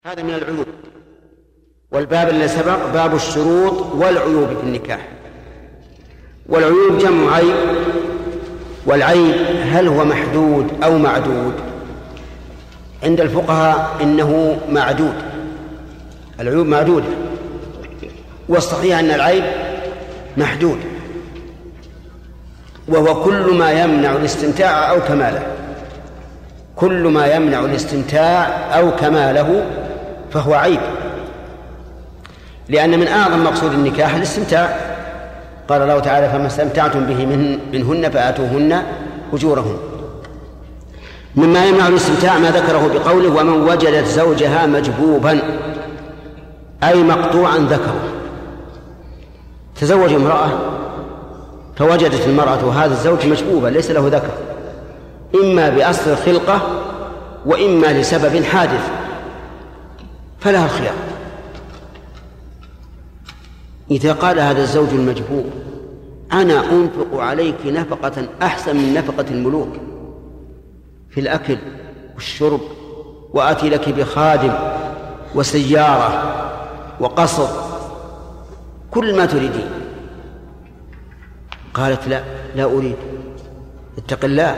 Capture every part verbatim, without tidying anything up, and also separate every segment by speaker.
Speaker 1: هذا من العيوب. والباب الذي سبق باب الشروط والعيوب في النكاح. والعيوب جمع عيب، والعيب هل هو محدود أو معدود؟ عند الفقهاء إنه معدود، العيوب معدودة، والصحيح أن العيب محدود، وهو كل ما يمنع الاستمتاع أو كماله. كل ما يمنع الاستمتاع أو كماله فهو عيب، لأن من أعظم مقصود النكاح الاستمتاع. قال الله تعالى: فما استمتعتم به من منهن فآتوهن أجورهن. مما يمنع الاستمتاع ما ذكره بقوله: ومن وجدت زوجها مجبوبا، أي مقطوعا ذكره. تزوج امرأة فوجدت المرأة هذا الزوج مجبوبا ليس له ذكر، إما بأصل الخلقة وإما لسبب حادث، فلها الخيار. إذا قال هذا الزوج المجبوب: أنا أنفق عليك نفقة أحسن من نفقة الملوك في الأكل والشرب، وآتي لك بخادم وسيارة وقصر، كل ما تريدين. قالت: لا لا أريد. اتق الله،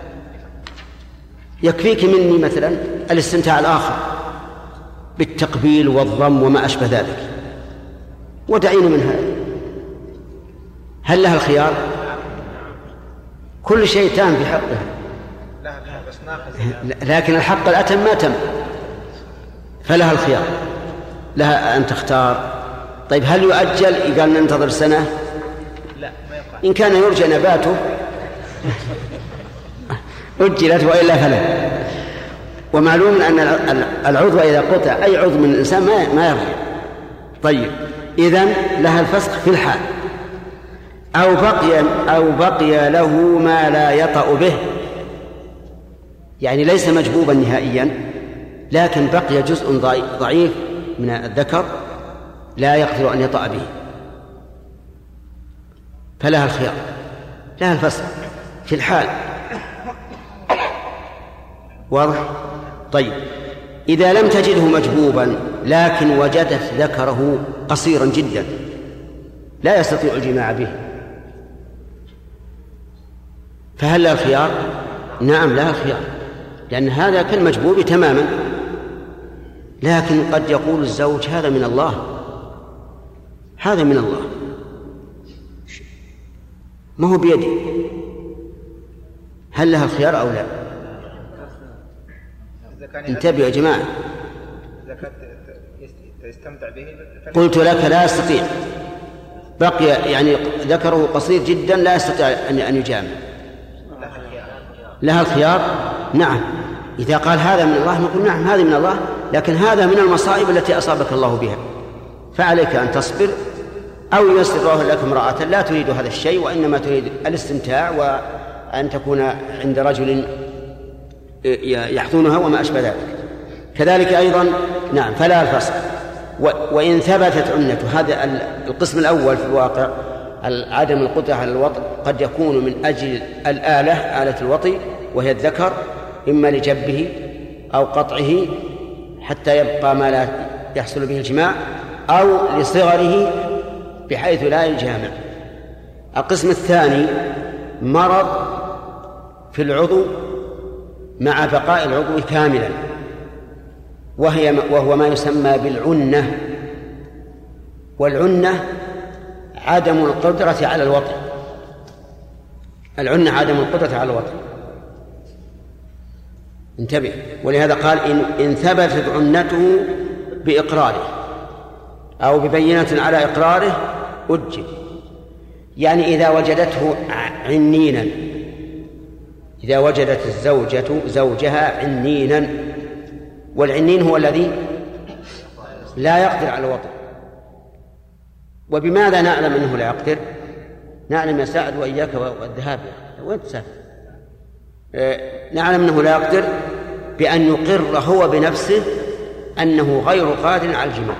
Speaker 1: يكفيك مني مثلا الاستمتاع الآخر بالتقبيل والضم وما أشبه ذلك، ودعيني من هذا. هل لها الخيار؟ كل شيء تام في حقه، لكن الحق الأتم ما تم، فلها الخيار، لها أن تختار. طيب هل يؤجل؟ قال ننتظر سنة؟ إن كان يرجى نباته أجلت، وإلا فلا. ومعلوم أن العضو إذا قطع أي عضو من الإنسان ما ما يرجع. طيب إذن لها الفسخ في الحال. أو بقي أو بقي له ما لا يطأ به، يعني ليس مجبوبا نهائيا، لكن بقي جزء ضعيف من الذكر لا يقدر أن يطأ به، فلها الخيار، لها الفسخ في الحال. واضح؟ طيب إذا لم تجده مجبوبا لكن وجدت ذكره قصيرا جدا لا يستطيع الجماع به، فهل لها الخيار؟ نعم لها الخيار، لأن هذا كالمجبوب تماما. لكن قد يقول الزوج: هذا من الله، هذا من الله، ما هو بيدي. هل لها الخيار أو لا؟ انتبهوا يا جماعة. قلت لك لا يستطيع، بقي يعني ذكره قصير جدا لا يستطيع أن يجامع، لها الخيار. نعم، إذا قال هذا من الله نقول نعم هذا من الله، لكن هذا من المصائب التي أصابك الله بها، فعليك أن تصبر، أو ييسر الله لك امرأة لا تريد هذا الشيء وإنما تريد الاستمتاع وأن تكون عند رجل يحضنها وما أشبه ذلك. كذلك أيضا نعم فلا الفسخ. وإن ثبتت عنته، هذا القسم الأول في الواقع عدم القدرة على الوطء قد يكون من أجل الآلة، آلة الوطء وهي الذكر، إما لجبه أو قطعه حتى يبقى ما لا يحصل به الجماع، أو لصغره بحيث لا يجامع. القسم الثاني مرض في العضو مع بقاء العضو كاملا، وهي وهو ما يسمى بالعنة. والعنة عدم القدرة على الوطء، العنة عدم القدرة على الوطء. انتبه، ولهذا قال إن, إن ثبتت عنته بإقراره أو ببينة على إقراره أجل. يعني إذا وجدته عنينا، إذا وجدت الزوجة زوجها عنينا، والعنين هو الذي لا يقدر على الوطء. وبماذا نعلم أنه لا يقدر؟ نعلم يساعد وإياك والذهاب، وين تسافر؟ أه نعلم أنه لا يقدر بأن يقر هو بنفسه أنه غير قادر على الجماع،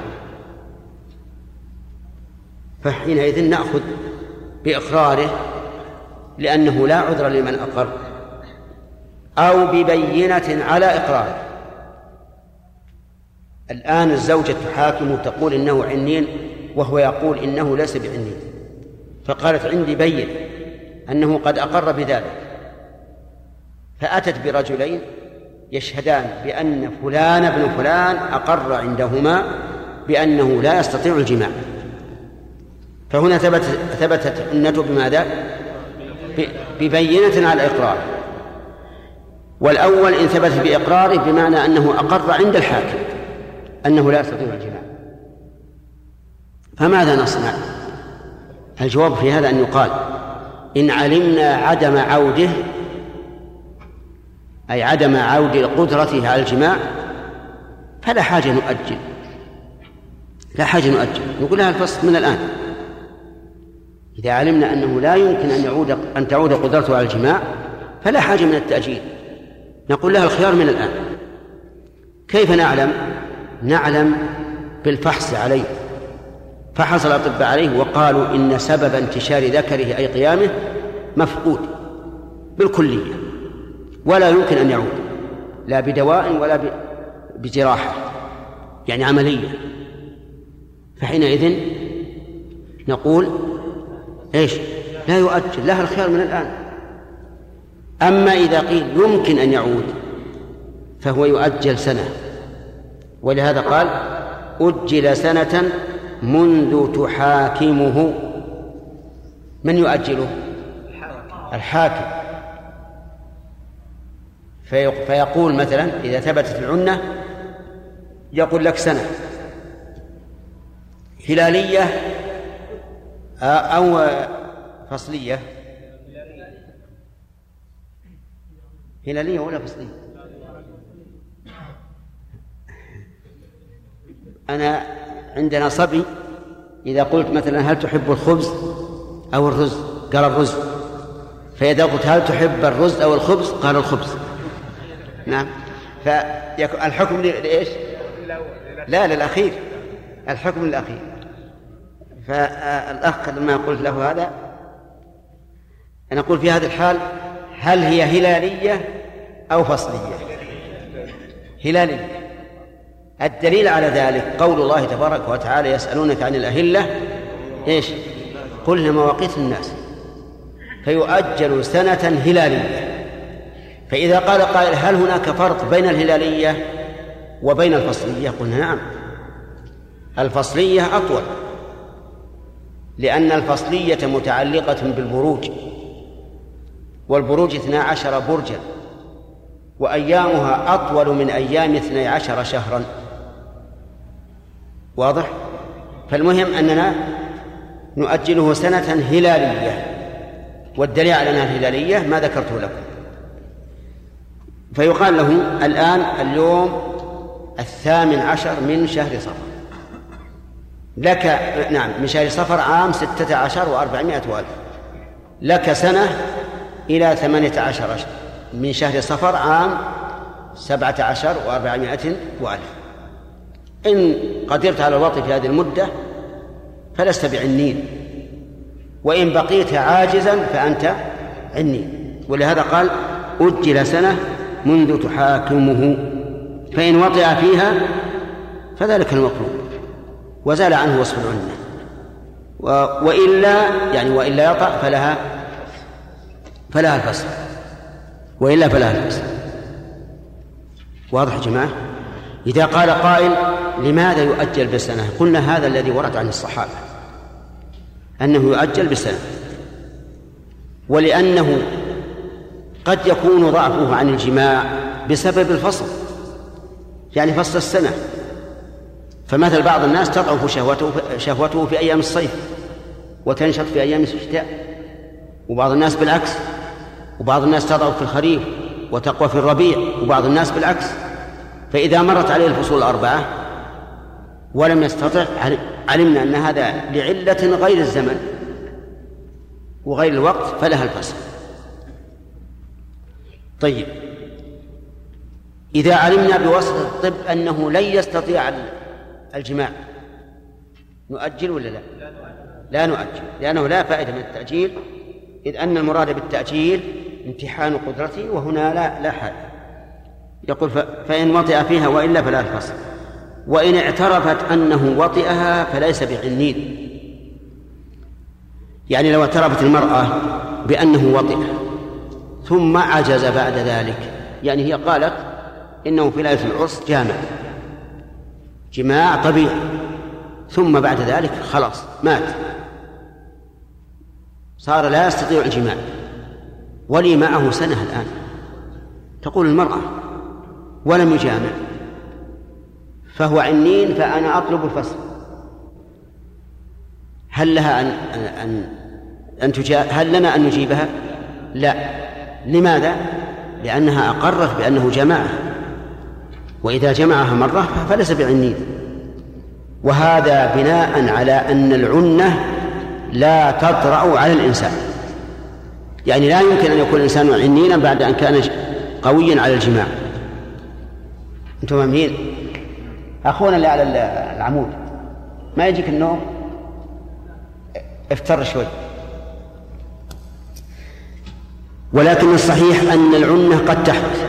Speaker 1: فحينئذ نأخذ بإقراره لأنه لا عذر لمن أقر، أو ببينة على إقراره. الآن الزوجة تحاكم وتقول إنه عنين وهو يقول إنه ليس بعنين، فقالت عندي بين أنه قد أقر بذلك، فأتت برجلين يشهدان بأن فلان ابن فلان أقر عندهما بأنه لا يستطيع الجماع، فهنا ثبت ثبتت عنته بماذا؟ ببينة على الإقرار. والأول إن ثبت بإقراره بمعنى أنه أقر عند الحاكم أنه لا يستطيع الجماع. فماذا نصنع؟ الجواب في هذا أن يقال إن علمنا عدم عوده، أي عدم عود قدرته على الجماع، فلا حاجة نؤجل، لا حاجة نؤجل، نقول لها الفصل من الآن. إذا علمنا أنه لا يمكن أن يعود أن تعود قدرته على الجماع فلا حاجة من التأجيل، نقول لها الخيار من الآن. كيف نعلم؟ نعلم بالفحص عليه. فحص الأطباء عليه وقالوا إن سبب انتشار ذكره أي قيامه مفقود بالكلية، ولا يمكن أن يعود لا بدواء ولا بجراحة، يعني عملية. فحينئذ نقول إيش؟ لا يؤجل، لها الخيار من الآن. أما إذا قيل يمكن أن يعود فهو يؤجل سنة، ولهذا قال أجل سنة منذ تحاكمه. من يؤجله؟ الحاكم. فيقول مثلا إذا ثبتت العنة يقول لك سنة هلالية أو فصلية، هلالية ولا فصلية؟ أنا عندنا صبي إذا قلت مثلا هل تحب الخبز أو الرز قال الرز، فإذا قلت هل تحب الرز أو الخبز قال الخبز. نعم، فالحكم لإيش؟ لا، للأخير، الحكم للأخير. فالأخ لما قلت له هذا أنا أقول في هذا الحال هل هي هلالية أو فصلية؟ هلالية. الدليل على ذلك قول الله تبارك وتعالى يسألونك عن الأهلة إيش؟ قلنا مواقيت الناس، فيؤجل سنة هلالية. فإذا قال قائل هل هناك فرق بين الهلالية وبين الفصلية؟ قلنا نعم، الفصلية أطول، لأن الفصلية متعلقة بالبروج، والبروج اثنا عشر برجا، وأيامها أطول من أيام اثني عشر شهرا. واضح؟ فالمهم أننا نؤجله سنة هلالية، والدليل على أنها الهلالية ما ذكرته لكم. فيقال له الآن اليوم الثامن عشر من شهر صفر لك، نعم، من شهر صفر عام ستة عشر وأربعمائة وألف، لك سنة إلى ثمانية عشر من شهر صفر عام سبعة عشر وأربعمائة وألف. إن قدرت على الوطي في هذه المدة فلست بعنين، وإن بقيت عاجزا فأنت عنين. ولهذا قال أجل سنة منذ تحاكمه، فإن وطئ فيها فذلك المطلوب وزال عنه وصف العنة، وإلا يعني وإلا يطأ فلها فلها الفصل، وإلا فلها الفصل. واضح يا جماعة؟ إذا قال قائل لماذا يؤجل بسنة؟ قلنا هذا الذي ورد عن الصحابة أنه يؤجل بسنة، ولأنه قد يكون ضعفه عن الجماع بسبب الفصل، يعني فصل السنة. فمثل بعض الناس تضعف شهوته شهوته في أيام الصيف وتنشط في أيام الشتاء، وبعض الناس بالعكس، وبعض الناس تضعف في الخريف وتقوى في الربيع، وبعض الناس بالعكس. فإذا مرت عليه الفصول الأربعة ولم يستطع علمنا أن هذا لعلة غير الزمن وغير الوقت فلها الفصل. طيب، إذا علمنا بواسطة الطب أنه لن يستطيع الجماع نؤجل ولا لا؟ لا نؤجل، لأنه لا فائدة من التأجيل، إذ أن المراد بالتأجيل امتحان قدرته، وهنا لا لا حاجة. يقول فإن وطئ فيها وإلا فلا الفصل. وإن اعترفت أنه وطئها فليس بعنين. يعني لو اعترفت المرأة بأنه وطئها ثم عجز بعد ذلك، يعني هي قالت إنه في ليلة العرس جامع جماع طبيعي، ثم بعد ذلك خلاص مات، صار لا يستطيع الجماع ولي معه سنة الآن، تقول المرأة ولم يجامع فهو عنين فأنا أطلب الفصل. هل لها أن أن أن تجا... هل لنا أن نجيبها؟ لا. لماذا؟ لأنها أقرت بأنه جمعها، وإذا جمعها مرة فليس بعنين. وهذا بناء على أن العنة لا تطرأ على الإنسان، يعني لا يمكن أن يكون الإنسان عنينا بعد أن كان قويا على الجماع. أنتم فاهمين؟ أخونا اللي على العمود ما يجيك النوم؟ افتر شوي. ولكن الصحيح أن العنة قد تحدث،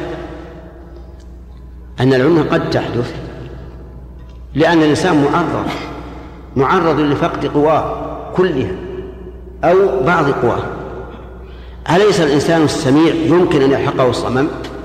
Speaker 1: أن العنة قد تحدث لأن الإنسان معرض معرض لفقد قواه كلها أو بعض قواه. أليس الإنسان السميع يمكن أن يلحقه الصمم؟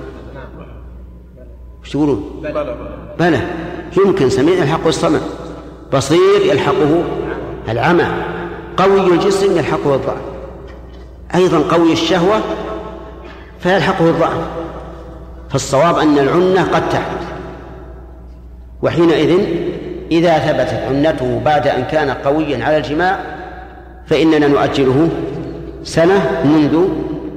Speaker 1: وش تقولون؟ بلى، يمكن سميع يلحقه الصمم، بصير يلحقه العمى، قوي الجسم يلحقه الضعف، أيضا قوي الشهوة فيلحقه الضعف. فالصواب أن العنة قد تحدث، وحينئذ إذا ثبتت عنته بعد أن كان قويا على الجماع فإننا نؤجله سنة منذ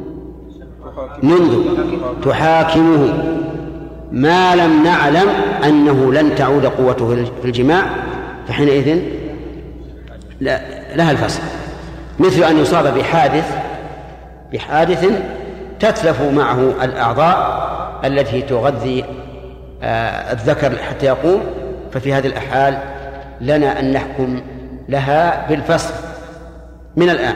Speaker 1: منذ تحاكمه، ما لم نعلم أنه لن تعود قوته في الجماع، فحينئذ لا لها الفصل. مثل أن يصاب بحادث بحادث تتلف معه الأعضاء التي تغذي الذكر حتى يقوم، ففي هذه الأحوال لنا أن نحكم لها بالفصل من الآن.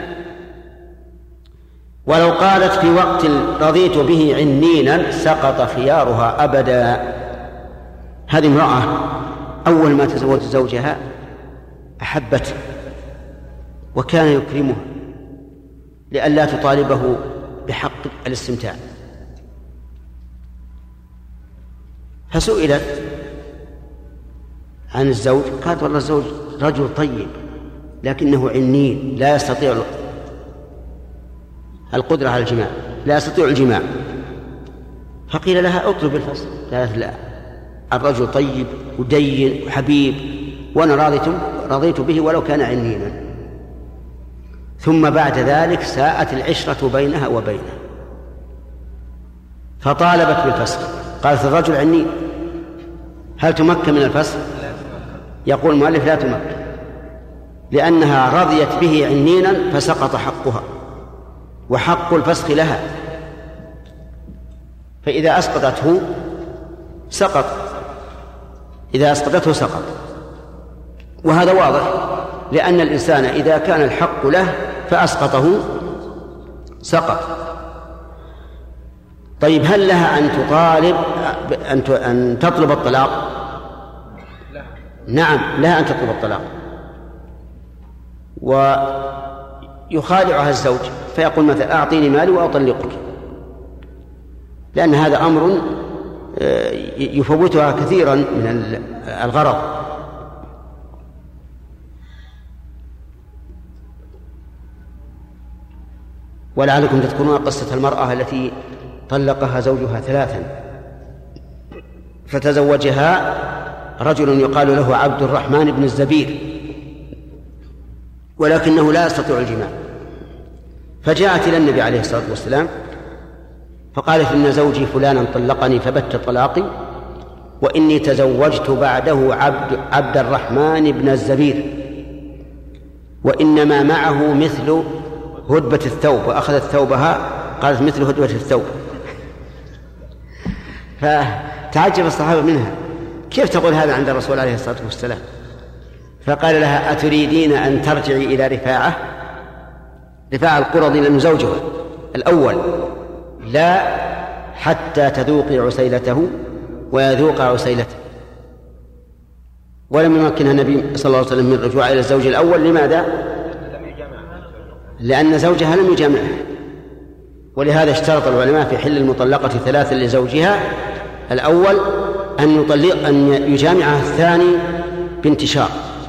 Speaker 1: ولو قالت في وقت رضيت به عنينا سقط خيارها أبدا. هذه امرأة أول ما تزوج زوجها أحبته وكان يكرمها لئلا تطالبه بحق الاستمتاع، فسئلت عن الزوج قالت والله الزوج رجل طيب لكنه عنين لا يستطيع القدرة على الجماع، لا يستطيع الجماع. فقيل لها اطلب الفصل، قالت لا، الرجل طيب ودين وحبيب وأنا راضيت رضيت به ولو كان عنينا. ثم بعد ذلك ساءت العشرة بينها وبينه فطالبت بالفصل، قالت الرجل عني، هل تمكن من الفصل؟ يقول المؤلف لا تمكن، لأنها رضيت به عنينا فسقط حقها وحق الفسخ لها، فإذا أسقطته سقط، إذا أسقطته سقط. وهذا واضح، لأن الإنسان إذا كان الحق له فأسقطه سقط. طيب هل لها أن تطالب أن تطلب الطلاق؟ نعم لها أن تطلب الطلاق، ويخادعها الزوج فيقول مثلا أعطيني مالي وأطلقك، لأن هذا أمر يفوتها كثيرا من الغرض. ولعلكم تذكرون قصة المرأة التي طلقها زوجها ثلاثا فتزوجها رجل يقال له عبد الرحمن بن الزبير، ولكنه لا يستطيع الجماع، فجاءت إلى النبي عليه الصلاة والسلام فقالت إن زوجي فلانا طلقني فبت طلاقي وإني تزوجت بعده عبد, عبد الرحمن بن الزبير وإنما معه مثل هدبة الثوب، وأخذت ثوبها قالت مثل هدبة الثوب. فتعجب الصحابة منها، كيف تقول هذا عند الرسول عليه الصلاة والسلام؟ فقال لها أتريدين أن ترجعي إلى رفاعة رفاعة القرظي لأنه زوجها الأول؟ لا، حتى تذوقي عسيلته ويذوق عسيلته. ولم يمكنها النبي صلى الله عليه وسلم من الرجوع إلى الزوج الأول. لماذا؟ لأن زوجها لم يجامعها. ولهذا اشترط العلماء في حل المطلقة ثلاثا لزوجها: الأول أن يطلق أن يجامعها الثاني بانتشار،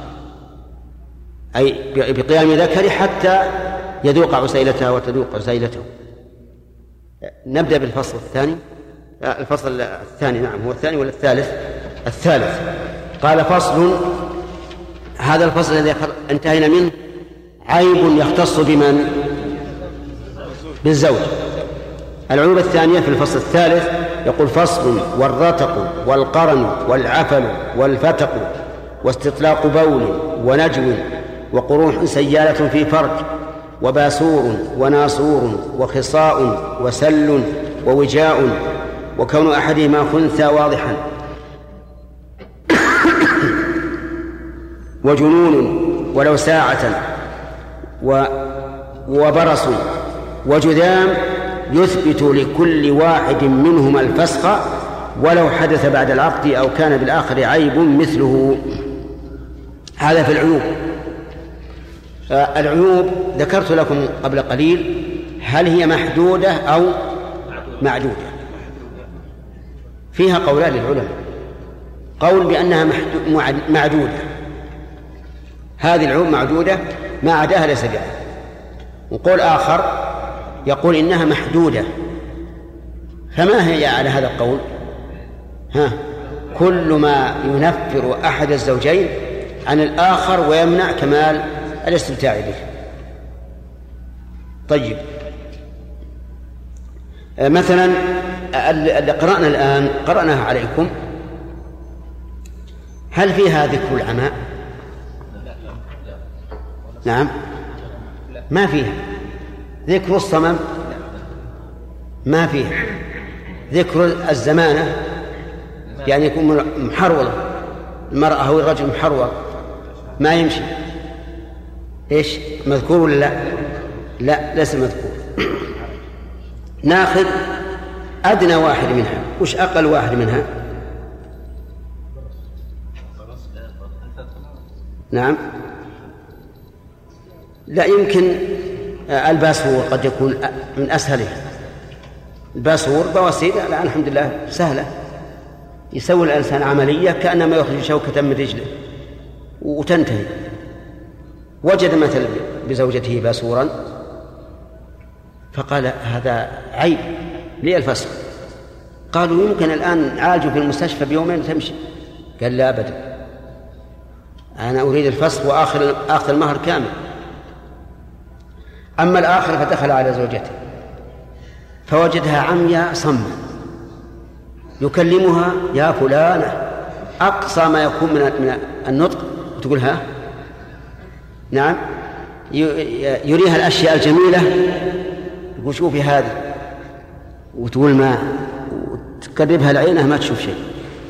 Speaker 1: أي بقيام ذكره حتى يذوق عسيلتها وتذوق عسيلته. نبدأ بالفصل الثاني. الفصل الثاني نعم هو الثاني ولا الثالث؟ الثالث. قال: فصل. هذا الفصل الذي انتهينا منه عيب يختص بمن؟ بالزوج. العيوب الثانية في الفصل الثالث يقول: فصل: والرتق والقرن والعفل والفتق واستطلاق بول ونجو وقروح سيالة في فرج وباسور وناصور وخصاء وسل ووجاء وكون أحدهما خنثى واضحا وجنون ولو ساعة وبرص وجذام يثبت لكل واحد منهما الفسخ ولو حدث بعد العقد أو كان بالآخر عيب مثله. هذا في العيوب. العيوب ذكرت لكم قبل قليل هل هي محدودة أو معدودة؟ فيها قولان للعلماء: قول بأنها معدودة، هذه العيوب معدودة ما عداها ليس بها، وقول آخر يقول إنها محدودة. فما هي على هذا القول؟ ها كل ما ينفر أحد الزوجين عن الآخر ويمنع كمال الاستمتاع به. طيب، مثلا اللي قرأنا الآن قرأناها عليكم، هل فيها ذكر العماء؟ نعم، ما فيها. ذكر الصمم ما فيها. ذكر الزمانة يعني يكون محرولة المرأة أو الرجل محرول ما يمشي، إيش مذكور ولا لا؟ لا ليس مذكور. ناخذ أدنى واحد منها. وش أقل واحد منها؟ نعم، لا يمكن. الباسور قد يكون من أسهلها. الباسور بواسير الآن الحمد لله سهلة، يسوي الإنسان عملية كأنما يخرج شوكة من رجله وتنتهي. وجد مثل بزوجته باسورا فقال: هذا عيب لي الفسخ. قالوا: يمكن الآن عالجه في المستشفى بيومين تمشي. قال: لا أبدا، أنا أريد الفسخ وآخر آخذ المهر كامل. أما الآخر فدخل على زوجته فوجدها عمياء صمّا يكلمها: يا فلانة، أقصى ما يكون من النطق وتقول ها نعم، يريها الأشياء الجميلة، يقول شوفي هذه، وتقول ما، وتقربها لعينها ما تشوف شيء.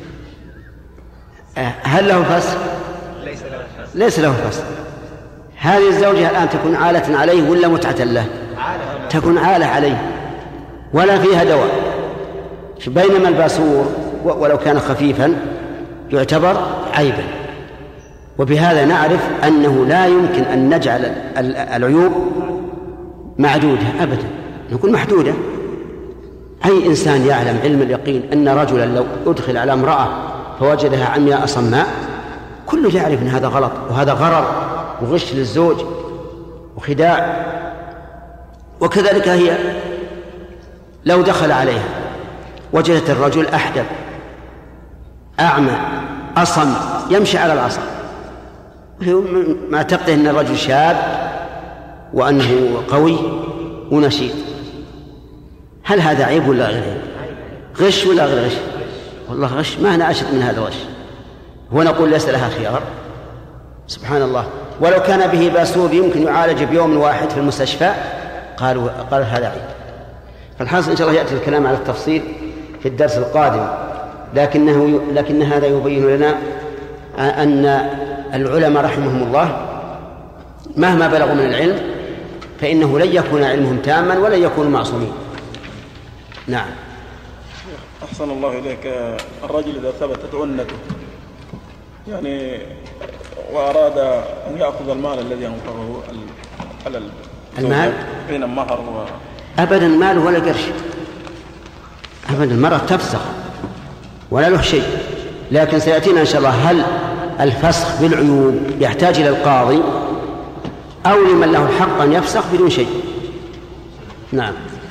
Speaker 1: هل له فسخ؟ ليس له فسخ. هذه الزوجة الآن تكون عالة عليه ولا متعة له؟ تكون عالة عليه ولا فيها دواء. بينما الباسور ولو كان خفيفا يعتبر عيبا. وبهذا نعرف أنه لا يمكن أن نجعل العيوب معدودة أبدا، نكون محدودة. أي إنسان يعلم علم اليقين أن رجلا لو أدخل على امرأة فوجدها عمياء صماء كله يعرف أن هذا غلط وهذا غرر وغش للزوج وخداع. وكذلك هي لو دخل عليها وجدت الرجل أحدب أعمى أصم يمشي على العصا، ما تعتقد أن الرجل شاب وأنه قوي ونشيط، هل هذا عيب ولا غير عيب؟ غش ولا غير غش؟ والله غش، ما أنا أشد من هذا الغش. ونقول ليس لها خيار. سبحان الله. ولو كان به باسور يمكن يعالج بيوم واحد في المستشفى قالوا قال هذا عيب. فالحاصل إن شاء الله يأتي الكلام على التفصيل في الدرس القادم، لكنه لكن هذا يبين لنا أن العلماء رحمهم الله مهما بلغوا من العلم فإنه لن يكون علمهم تاما ولن يكونوا معصومين. نعم.
Speaker 2: أحسن الله إليك. الرجل إذا ثبتت عنته يعني وأراد أن يأخذ المال الذي أنفقه على
Speaker 1: المال
Speaker 2: بين المهر و...
Speaker 1: أبدا ماله ولا قرش أبدا. المرأة تفسخ ولا له شيء، لكن سيأتينا إن شاء الله هل الفسخ بالعيوب يحتاج إلى القاضي أو لمن له الحق أن يفسخ بدون شيء. نعم.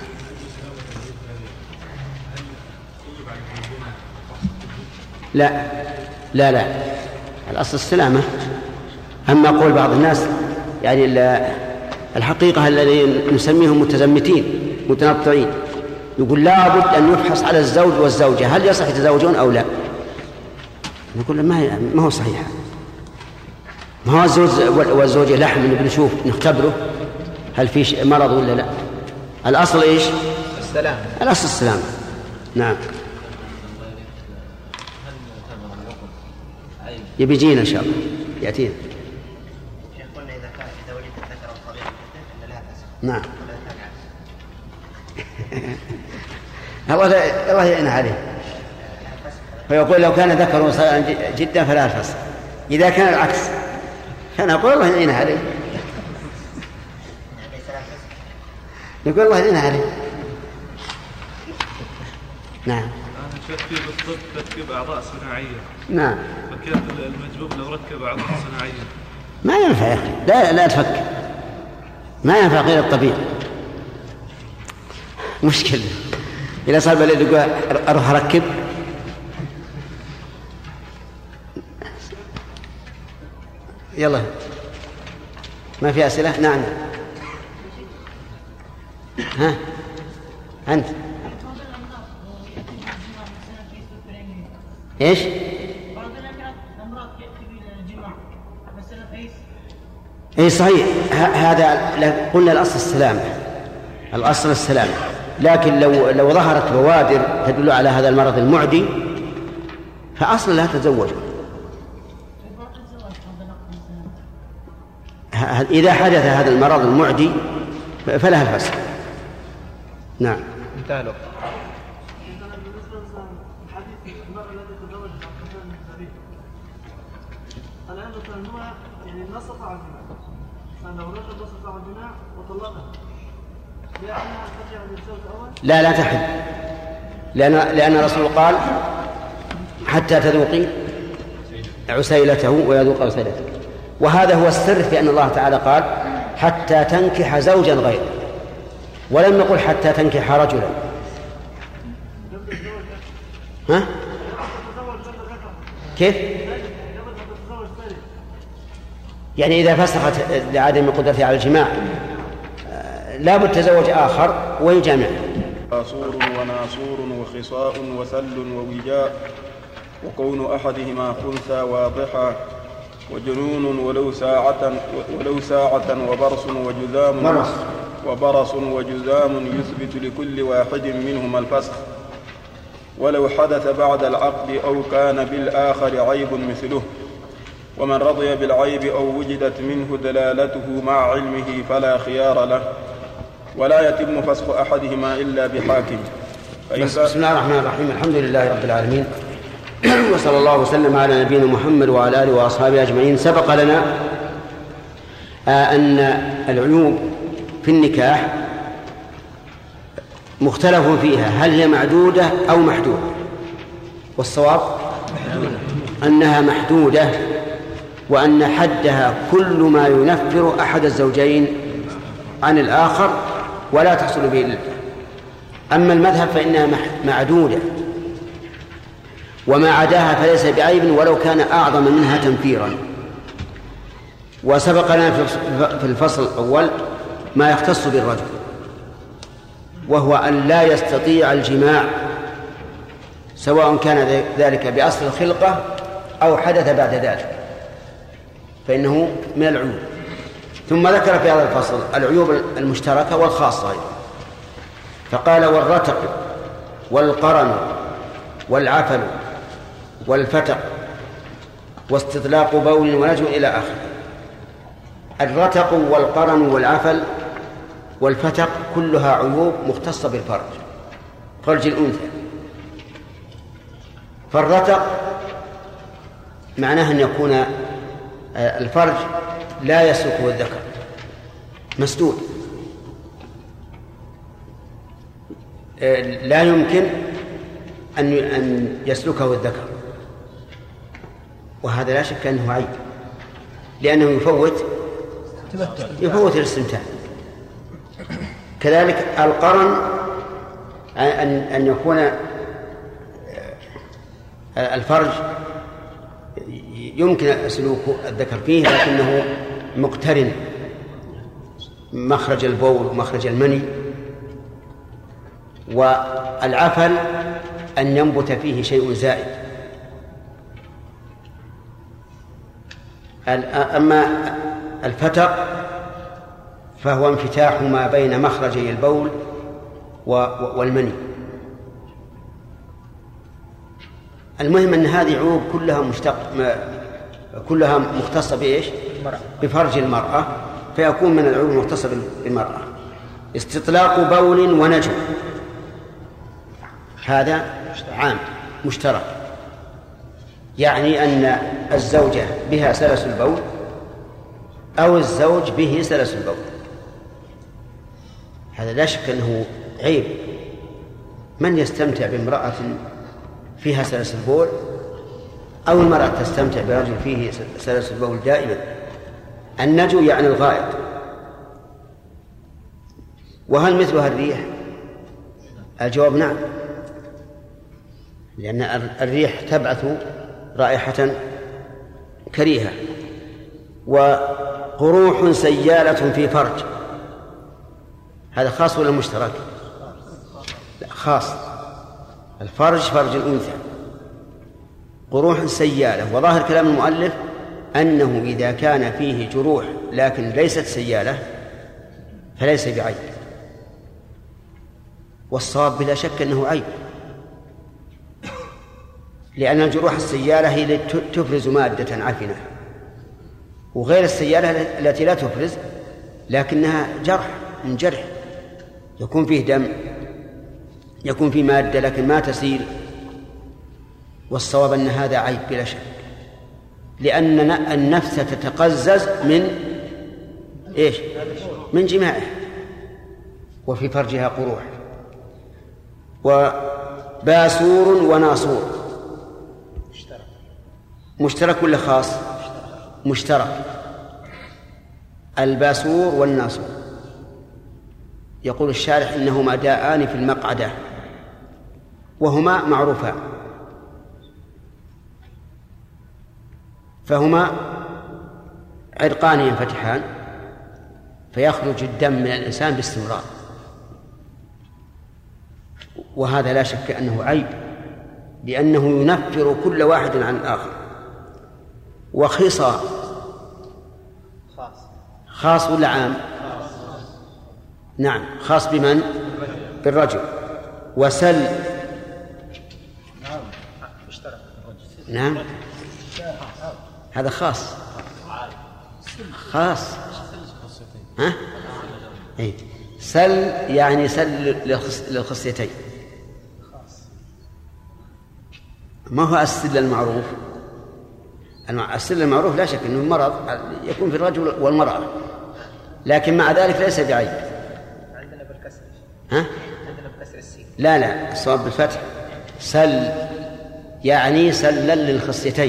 Speaker 1: لا لا لا الأصل السلامة. أما قول بعض الناس يعني الحقيقة الذين نسميهم متزمتين متنطعين يقول لا بد أن يفحص على الزوج والزوجة هل يصح يتزوجون أو لا. نقول ما ما هو صحيح. ما هو الزوج والزوجة لحم بنشوف نختبره هل في مرض ولا لا. الأصل إيش؟
Speaker 3: السلام.
Speaker 1: الأصل السلام. نعم. يبيجينا إن شاء الله يأتينا.
Speaker 3: شيخ قلنا إذا كان إذا ولد الذكر الصغير أن لها فسخ.
Speaker 1: نعم. الله الله يعين عليه. فيقول لو كان ذكر صغيرا جدا فلا الفسخ. إذا كان العكس فنقول الله يعين عليه. يقول الله يعين عليه. نعم.
Speaker 4: أنا تركيب الطب تركيب أعضاء صناعية.
Speaker 1: نعم.
Speaker 4: فكيف المجبوب لو ركب أعضاء صناعية؟
Speaker 1: ما ينفع يا أخي. لا لا تفكر. ما ينفع غير الطبيعي. مشكلة. إذا صار بلد يقول أروح أركب. يلا. ما في أسئلة؟ نعم. ها. أنت. إيش؟ إيه صحيح. هذا قلنا الأصل السلامة. الأصل السلامة. لكن لو لو ظهرت بوادر تدل على هذا المرض المعدي فأصلا لا تتزوج. إذا حدث هذا المرض المعدي فلها الفسخ. نعم.
Speaker 3: انتهى الوقت.
Speaker 5: الآن مثلا هو يعني ما استطاع الجماع، فلو رجل ما استطاع الجماع وطلقها لأنها ترجع للزوج الأول؟
Speaker 1: لا لا تحل، لأن لأن الرسول قال حتى تذوقي عسيلته ويذوق عسيلته، وهذا هو السر في أن الله تعالى قال حتى تنكح زوجا غيره، ولم يقل حتى تنكح رجلا. ها؟ كيف؟ يعني إذا فسخت لعدم قدرتها على الجماع لا بد تزوج آخر ويجامع.
Speaker 2: آصور وناصور وخصاء وثل ووجاء وكون أحدهما خنثى واضحا وجنون ولو ساعة ولو ساعة وبرص وجذام
Speaker 1: برص
Speaker 2: وبرص وجذام يثبت لكل واحد منهما الفسخ، ولو حدث بعد العقد أو كان بالآخر عيب مثله، ومن رضي بالعيب أو وجدت منه دلالته مع علمه فلا خيار له، ولا يتم فسخ أحدهما إلا بحاكم.
Speaker 1: بسم الله الرحمن الرحيم. الحمد لله رب العالمين، وصلى الله وسلم على نبينا محمد وعلى آله وأصحابه أجمعين. سبق لنا أن العيوب في النكاح مختلف فيها، هل هي معدودة أو محدودة؟ والصواب أنها محدودة، وأن حدها كل ما ينفر أحد الزوجين عن الآخر ولا تحصل به إلا. أما المذهب فإنها معدودة، وما عداها فليس بعيب ولو كان أعظم منها تنفيرا. وسبق لنا في الفصل الأول ما يختص بالرجل، وهو أن لا يستطيع الجماع سواء كان ذلك بأصل الخلقة أو حدث بعد ذلك، فإنه من العيوب. ثم ذكر في هذا الفصل العيوب المشتركة والخاصة أيضا، فقال والرتق والقرن والعفل والفتق واستطلاق بول ونجم إلى آخره. الرتق والقرن والعفل والفتق كلها عيوب مختصة بالفرج، فرج الأنثى. فالرتق معناه أن يكون الفرج لا يسلكه الذكر، مسدود، لا يمكن أن يسلكه الذكر، وهذا لا شك أنه عيب، لأنه يفوت يفوت الاستمتاع. كذلك القرن أن أن يكون الفرج يمكن سلوك الذكر فيه لكنه مقترن مخرج البول ومخرج المني، والعفل أن ينبت فيه شيء زائد. أما الفتق فهو انفتاح ما بين مخرجي البول والمني. المهم أن هذه عيوب كلها مشتق كلها مختصة بإيش؟ بفرج المرأة، فيكون من العيوب المختصة بالمرأة استطلاق بول ونجم، هذا عام مشترك، يعني أن الزوجة بها سلس البول أو الزوج به سلس البول، هذا لا شك أنه عيب. من يستمتع بامرأة فيها سلس البول أو المرأة تستمتع برجل فيه سلس البول دائما؟ النجو يعني الغائط. وهل مثلها الريح؟ الجواب نعم، لأن الريح تبعث رائحة كريهة. وقروح سيالة في فرج، هذا خاص ولا مشترك؟ لا خاص، الفرج فرج الأنثى. قروح سيالة، وظاهر كلام المؤلف أنه إذا كان فيه جروح لكن ليست سيالة فليس بعيب، والصواب بلا شك أنه عيب، لأن الجروح السيالة هي التي تفرز مادة عفنة، وغير السيالة التي لا تفرز لكنها جرح من جرح، يكون فيه دم، يكون فيه مادة لكن ما تسيل. والصواب أن هذا عيب بلا شك، لأن النفس تتقزز من إيش؟ من جماعه، وفي فرجها قروح. وباسور وناصور مشترك ولا خاص؟ مشترك. الباسور والناصور يقول الشارح إنهما داءان في المقعدة، وهما معروفان، فهما عرقان ينفتحان فيخرج الدم من الإنسان باستمرار، وهذا لا شك أنه عيب، لأنه ينفر كل واحد عن الآخر. وخصى خاص ولا عام؟ نعم خاص بمن؟ بالرجل. وسل نعم هذا خاص خاص ها؟ إيه؟ سل يعني سل للخصيتين، ما هو السل المعروف؟ السل المعروف لا شك أنه مرض يكون في الرجل والمرأة، لكن مع ذلك ليس بعيب.
Speaker 3: عندنا بالكسر.
Speaker 1: ها؟
Speaker 3: عندنا بكسر السين.
Speaker 1: لا لا الصواب بالفتح. سل يعني سلا للخصيتين.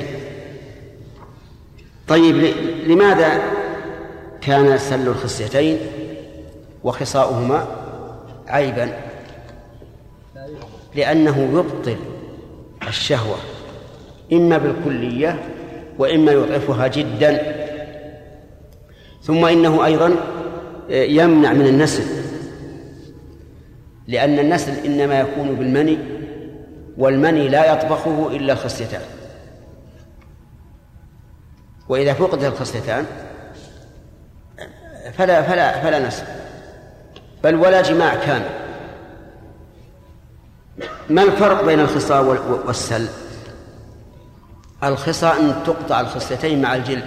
Speaker 1: طيب لماذا كان سل الخصيتين وخصاؤهما عيبا؟ لأنه يبطل الشهوة إما بالكلية وإما يضعفها جدا، ثم إنه أيضا يمنع من النسل، لأن النسل إنما يكون بالمني، والمني لا يطبخه إلا الخصيتان، وإذا فقدت الخصيتان فلا فلا فلا نسل بل ولا جماع كامل. ما الفرق بين الخصاء والسل؟ الخصاء أن تقطع الخصيتين مع الجلد،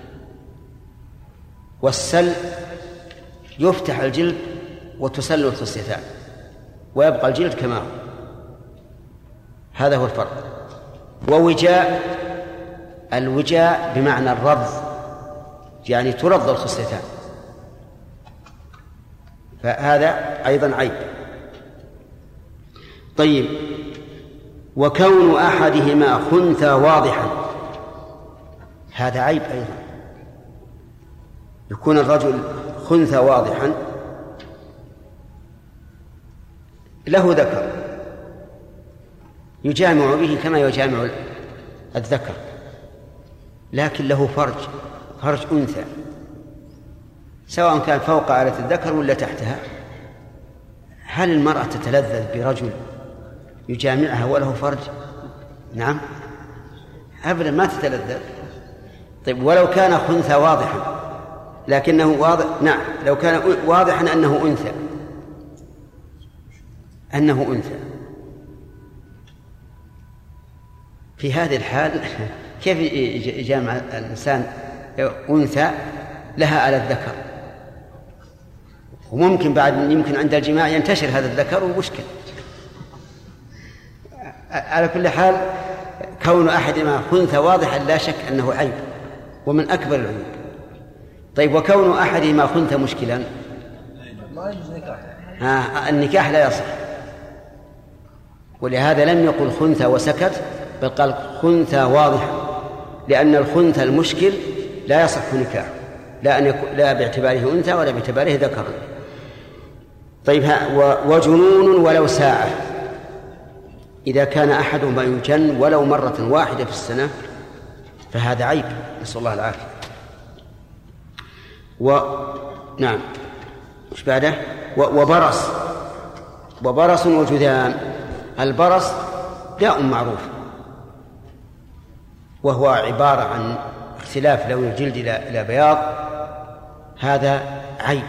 Speaker 1: والسل يفتح الجلد وتسل الخصيتان ويبقى الجلد كما هو، هذا هو الفرق. ووجاء الوجاء بمعنى الرض، يعني ترض الخصيتان، فهذا أيضا عيب. طيب، وكون أحدهما خنثى واضحا، هذا عيب أيضا، يكون الرجل خنثى واضحا له ذكر يجامع به كما يجامع الذكر، لكن له فرج فرج أنثى، سواء كان فوق آلة الذكر ولا تحتها. هل المرأة تتلذذ برجل يجامعها وله فرج؟ نعم أبدا ما تتلذذ. طيب ولو كان خنثى واضحا لكنه واضح، نعم لو كان واضحا أنه أنثى أنه أنثى في هذه الحال كيف يجامع الإنسان أنثى لها على الذكر؟ وممكن بعد يمكن عند الجماع ينتشر هذا الذكر ومشكل. على كل حال كون أحدهما خنثى واضحا لا شك أنه عيب ومن أكبر العيوب. طيب وكون أحدهما خنثى مشكلا، ها النكاح لا يصح، ولهذا لم يقل خنثى وسكت، بل قال خنثى واضحا، لأن الخنثى المشكل لا يصح نكاحه، لا أن يكون لا باعتباره أنثى ولا باعتباره ذكرا. طيب وجنون ولو ساعة، إذا كان أحدهما يجن ولو مرة واحدة في السنة فهذا عيب، نسأل الله العافية. و نعم مش بعده وبرص وبرص وجذام. البرص داء معروف، وهو عبارة عن اختلاف لون الجلد إلى بياض، هذا عيب.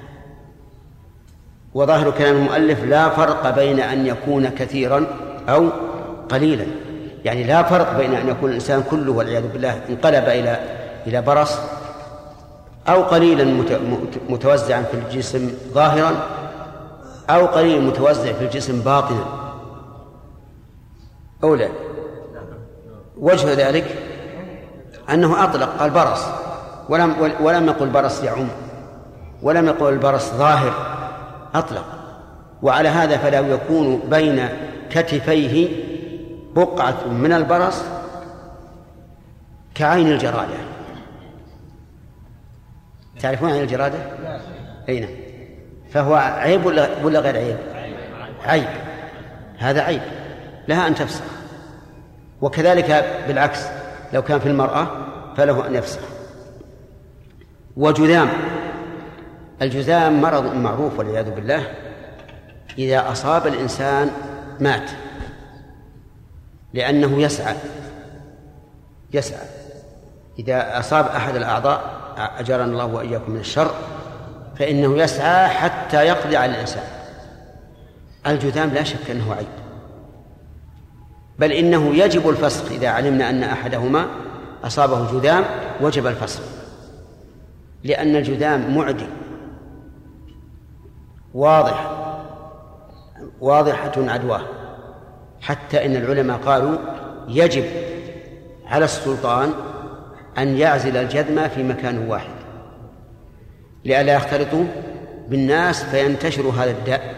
Speaker 1: وظاهر كلام المؤلف لا فرق بين أن يكون كثيرا أو قليلا، يعني لا فرق بين أن يكون الإنسان كله والعياذ بالله انقلب إلى إلى برص، أو قليلا متوزعا في الجسم ظاهرا، أو قليلا متوزع في الجسم باطنا، أو لا. وجه ذلك أنه أطلق قال برص، ولم ولم يقل برص يعم، ولم يقل برص ظاهر، أطلق. وعلى هذا فلا يكون بين كتفيه بقعة من البرص كعين الجرادة. تعرفون عين الجرادة؟ أين؟ فهو عيب ولا غير عيب؟ عيب، هذا عيب، لها أن تفسخ. وكذلك بالعكس لو كان في المرأة فله أن يفسخ. وجذام، الجذام مرض معروف والعياذ بالله، إذا أصاب الإنسان مات، لأنه يسعى يسعى إذا أصاب أحد الأعضاء أجرنا الله وإياكم من الشر فإنه يسعى حتى يقضي على الإنسان. الجذام لا شك أنه عيب، بل إنه يجب الفسخ إذا علمنا أن أحدهما أصابه جذام، وجب الفسخ، لأن الجذام معدي واضح واضحة عدواه، حتى إن العلماء قالوا يجب على السلطان أن يعزل الجذم في مكان واحد لئلا يختلطوا بالناس فينتشر هذا الداء.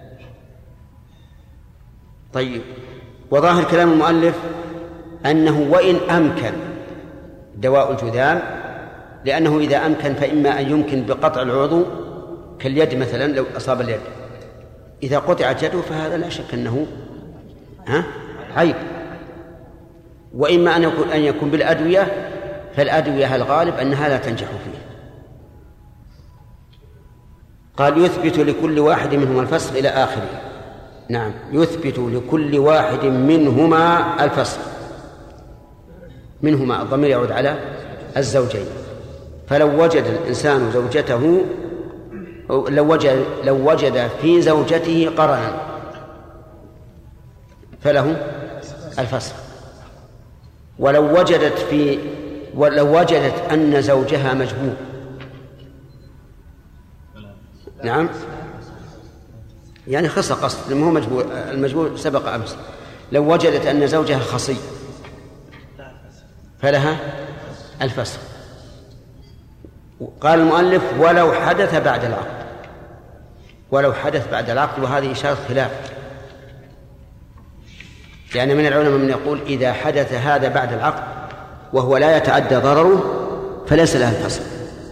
Speaker 1: طيب، وظاهر كلام المؤلف أنه وإن أمكن دواء الجذام، لأنه إذا أمكن فإما أن يمكن بقطع العضو كاليد مثلا، لو أصاب اليد إذا قطعت يده فهذا لا شك أنه ها عيب. وإما أن يكون أن يكون بالأدوية، فالأدوية الغالب أنها لا تنجح فيه. قال يثبت لكل واحد منهما الفسخ إلى آخره. نعم، يثبت لكل واحد منهما الفسخ. منهما الضمير يعود على الزوجين، فلو وجد الإنسان زوجته لو وجد, لو وجد في زوجته قرنا فله الفسخ، ولو وجدت في ولو وجدت أن زوجها مجبور، نعم يعني خص قصد ما هو مجبور، المجبور سبق أمس، لو وجدت أن زوجها خصي فلها الفسخ. قال المؤلف ولو حدث بعد العقد، ولو حدث بعد العقد، وهذه إشارة خلاف، لأن يعني من العلماء من يقول إذا حدث هذا بعد العقد وهو لا يتعدى ضرره فليس لها الفسخ.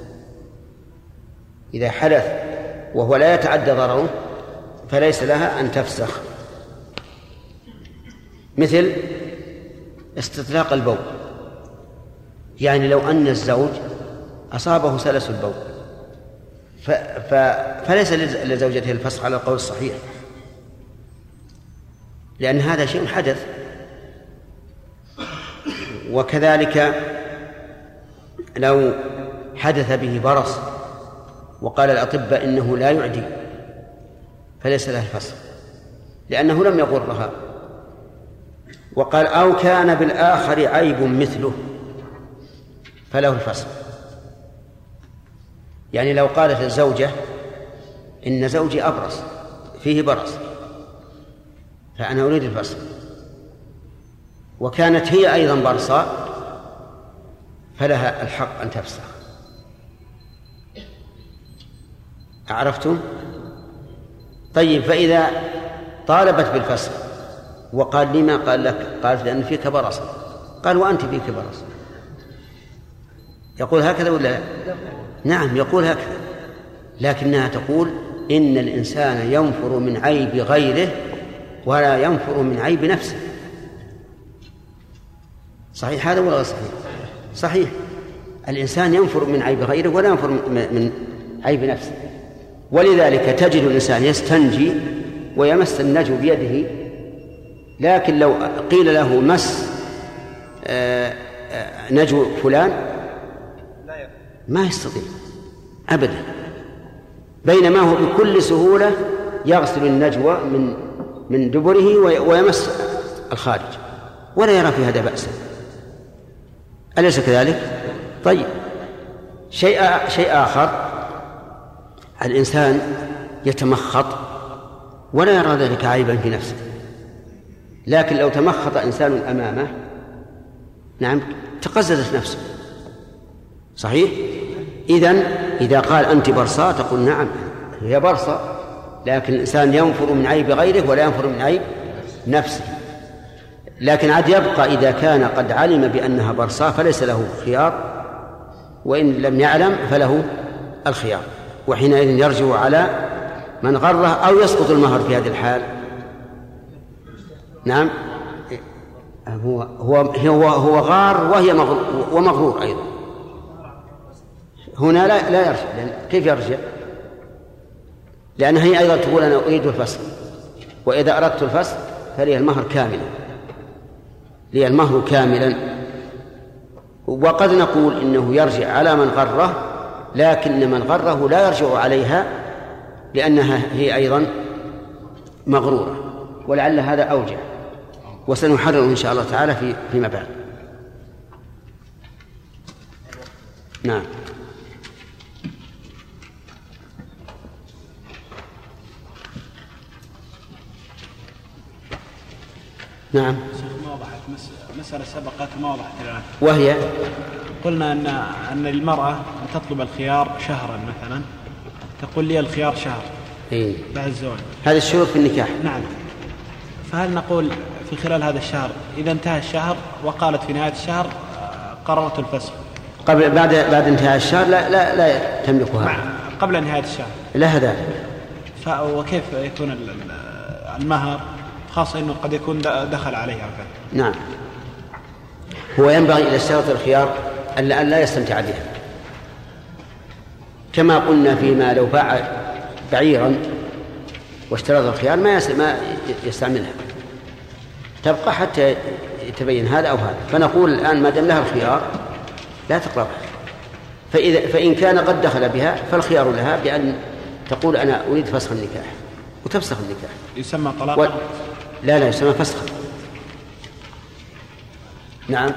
Speaker 1: إذا حدث وهو لا يتعدى ضرره فليس لها أن تفسخ. مثل استطلاق البول، يعني لو أن الزوج أصابه سلس البول ف... ف... فليس لزوجته الفسخ على القول الصحيح، لأن هذا شيء حدث. وكذلك لو حدث به برص وقال الأطباء إنه لا يعدي فليس له الفسخ لأنه لم يغرها. وقال أو كان بالآخر عيب مثله فله الفسخ، يعني لو قالت الزوجة إن زوجي أبرص فيه برص فأنا أريد الفسخ، وكانت هي أيضا برصاء فلها الحق أن تفسخ. عرفتم؟ طيب، فإذا طالبت بالفسخ وقال لما قال لك؟ قالت لأن فيك برص. قال وأنت فيك برص، يقول هكذا ولا لا؟ نعم يقول هكذا، لكنها تقول إن الإنسان ينفر من عيب غيره ولا ينفر من عيب نفسه. صحيح هذا ولا صحيح؟ صحيح، الإنسان ينفر من عيب غيره ولا ينفر من عيب نفسه. ولذلك تجد الإنسان يستنجي ويمس النجو بيده، لكن لو قيل له مس نجو فلان ما يستطيع أبدا، بينما هو بكل سهولة يغسل النجوى من من دبره ويمس الخارج ولا يرى في هذا بأسا، أليس كذلك؟ طيب، شيء شيء آخر، الإنسان يتمخط ولا يرى ذلك عيبا في نفسه، لكن لو تمخط إنسان أمامه نعم تقززت نفسه. صحيح؟ إذن إذا قال أنت برصاء تقول نعم هي برصاء، لكن الإنسان ينفر من عيب غيره ولا ينفر من عيب نفسه. لكن عاد يبقى إذا كان قد علم بأنها برصاء فليس له خيار، وإن لم يعلم فله الخيار، وحينئذ يرجع على من غره أو يسقط المهر في هذه الحال. نعم، هو هو هو, هو غار وهي مغرور ومغرور أيضا. هنا لا لا يرجع، كيف يرجع؟ لأن هي أيضا تقول أنا أريد الفسخ، وإذا أردت الفسخ فلي المهر كاملا، لي المهر كاملا. وقد نقول إنه يرجع على من غره، لكن من غره لا يرجع عليها لأنها هي أيضا مغرورة، ولعل هذا أوجه، وسنحرر إن شاء الله تعالى في فيما بعد. نعم. نعم.
Speaker 6: ما وضحت مسألة سبقت ما وضحت الآن،
Speaker 1: وهي
Speaker 6: قلنا أن أن المرأة تطلب الخيار شهرا مثلا، تقول لي الخيار شهر
Speaker 1: إيه؟
Speaker 6: بعد الزواج،
Speaker 1: هذا الشروط في النكاح.
Speaker 6: نعم، فهل نقول في خلال هذا الشهر إذا انتهى الشهر وقالت في نهاية الشهر قررت الفسخ
Speaker 1: قبل بعد بعد انتهاء الشهر لا لا لا تملكها
Speaker 6: قبل نهاية الشهر لا
Speaker 1: هذا.
Speaker 6: وكيف يكون المهر، خاصة أنه قد يكون دخل عليها وكذا؟
Speaker 1: نعم، هو ينبغي إلى الشرط الخيار أن لا يستمتع بها، كما قلنا فيما لو باع بعيرا واشترط الخيار ما يستعملها، تبقى حتى يتبين هذا أو هذا. فنقول الآن ما دام لها الخيار لا تقربها، فإذا فإن كان قد دخل بها فالخيار لها بأن تقول أنا أريد فسخ النكاح وتفسخ النكاح.
Speaker 6: يسمى طلاق؟ و...
Speaker 1: لا لا يسمى فسخ. نعم.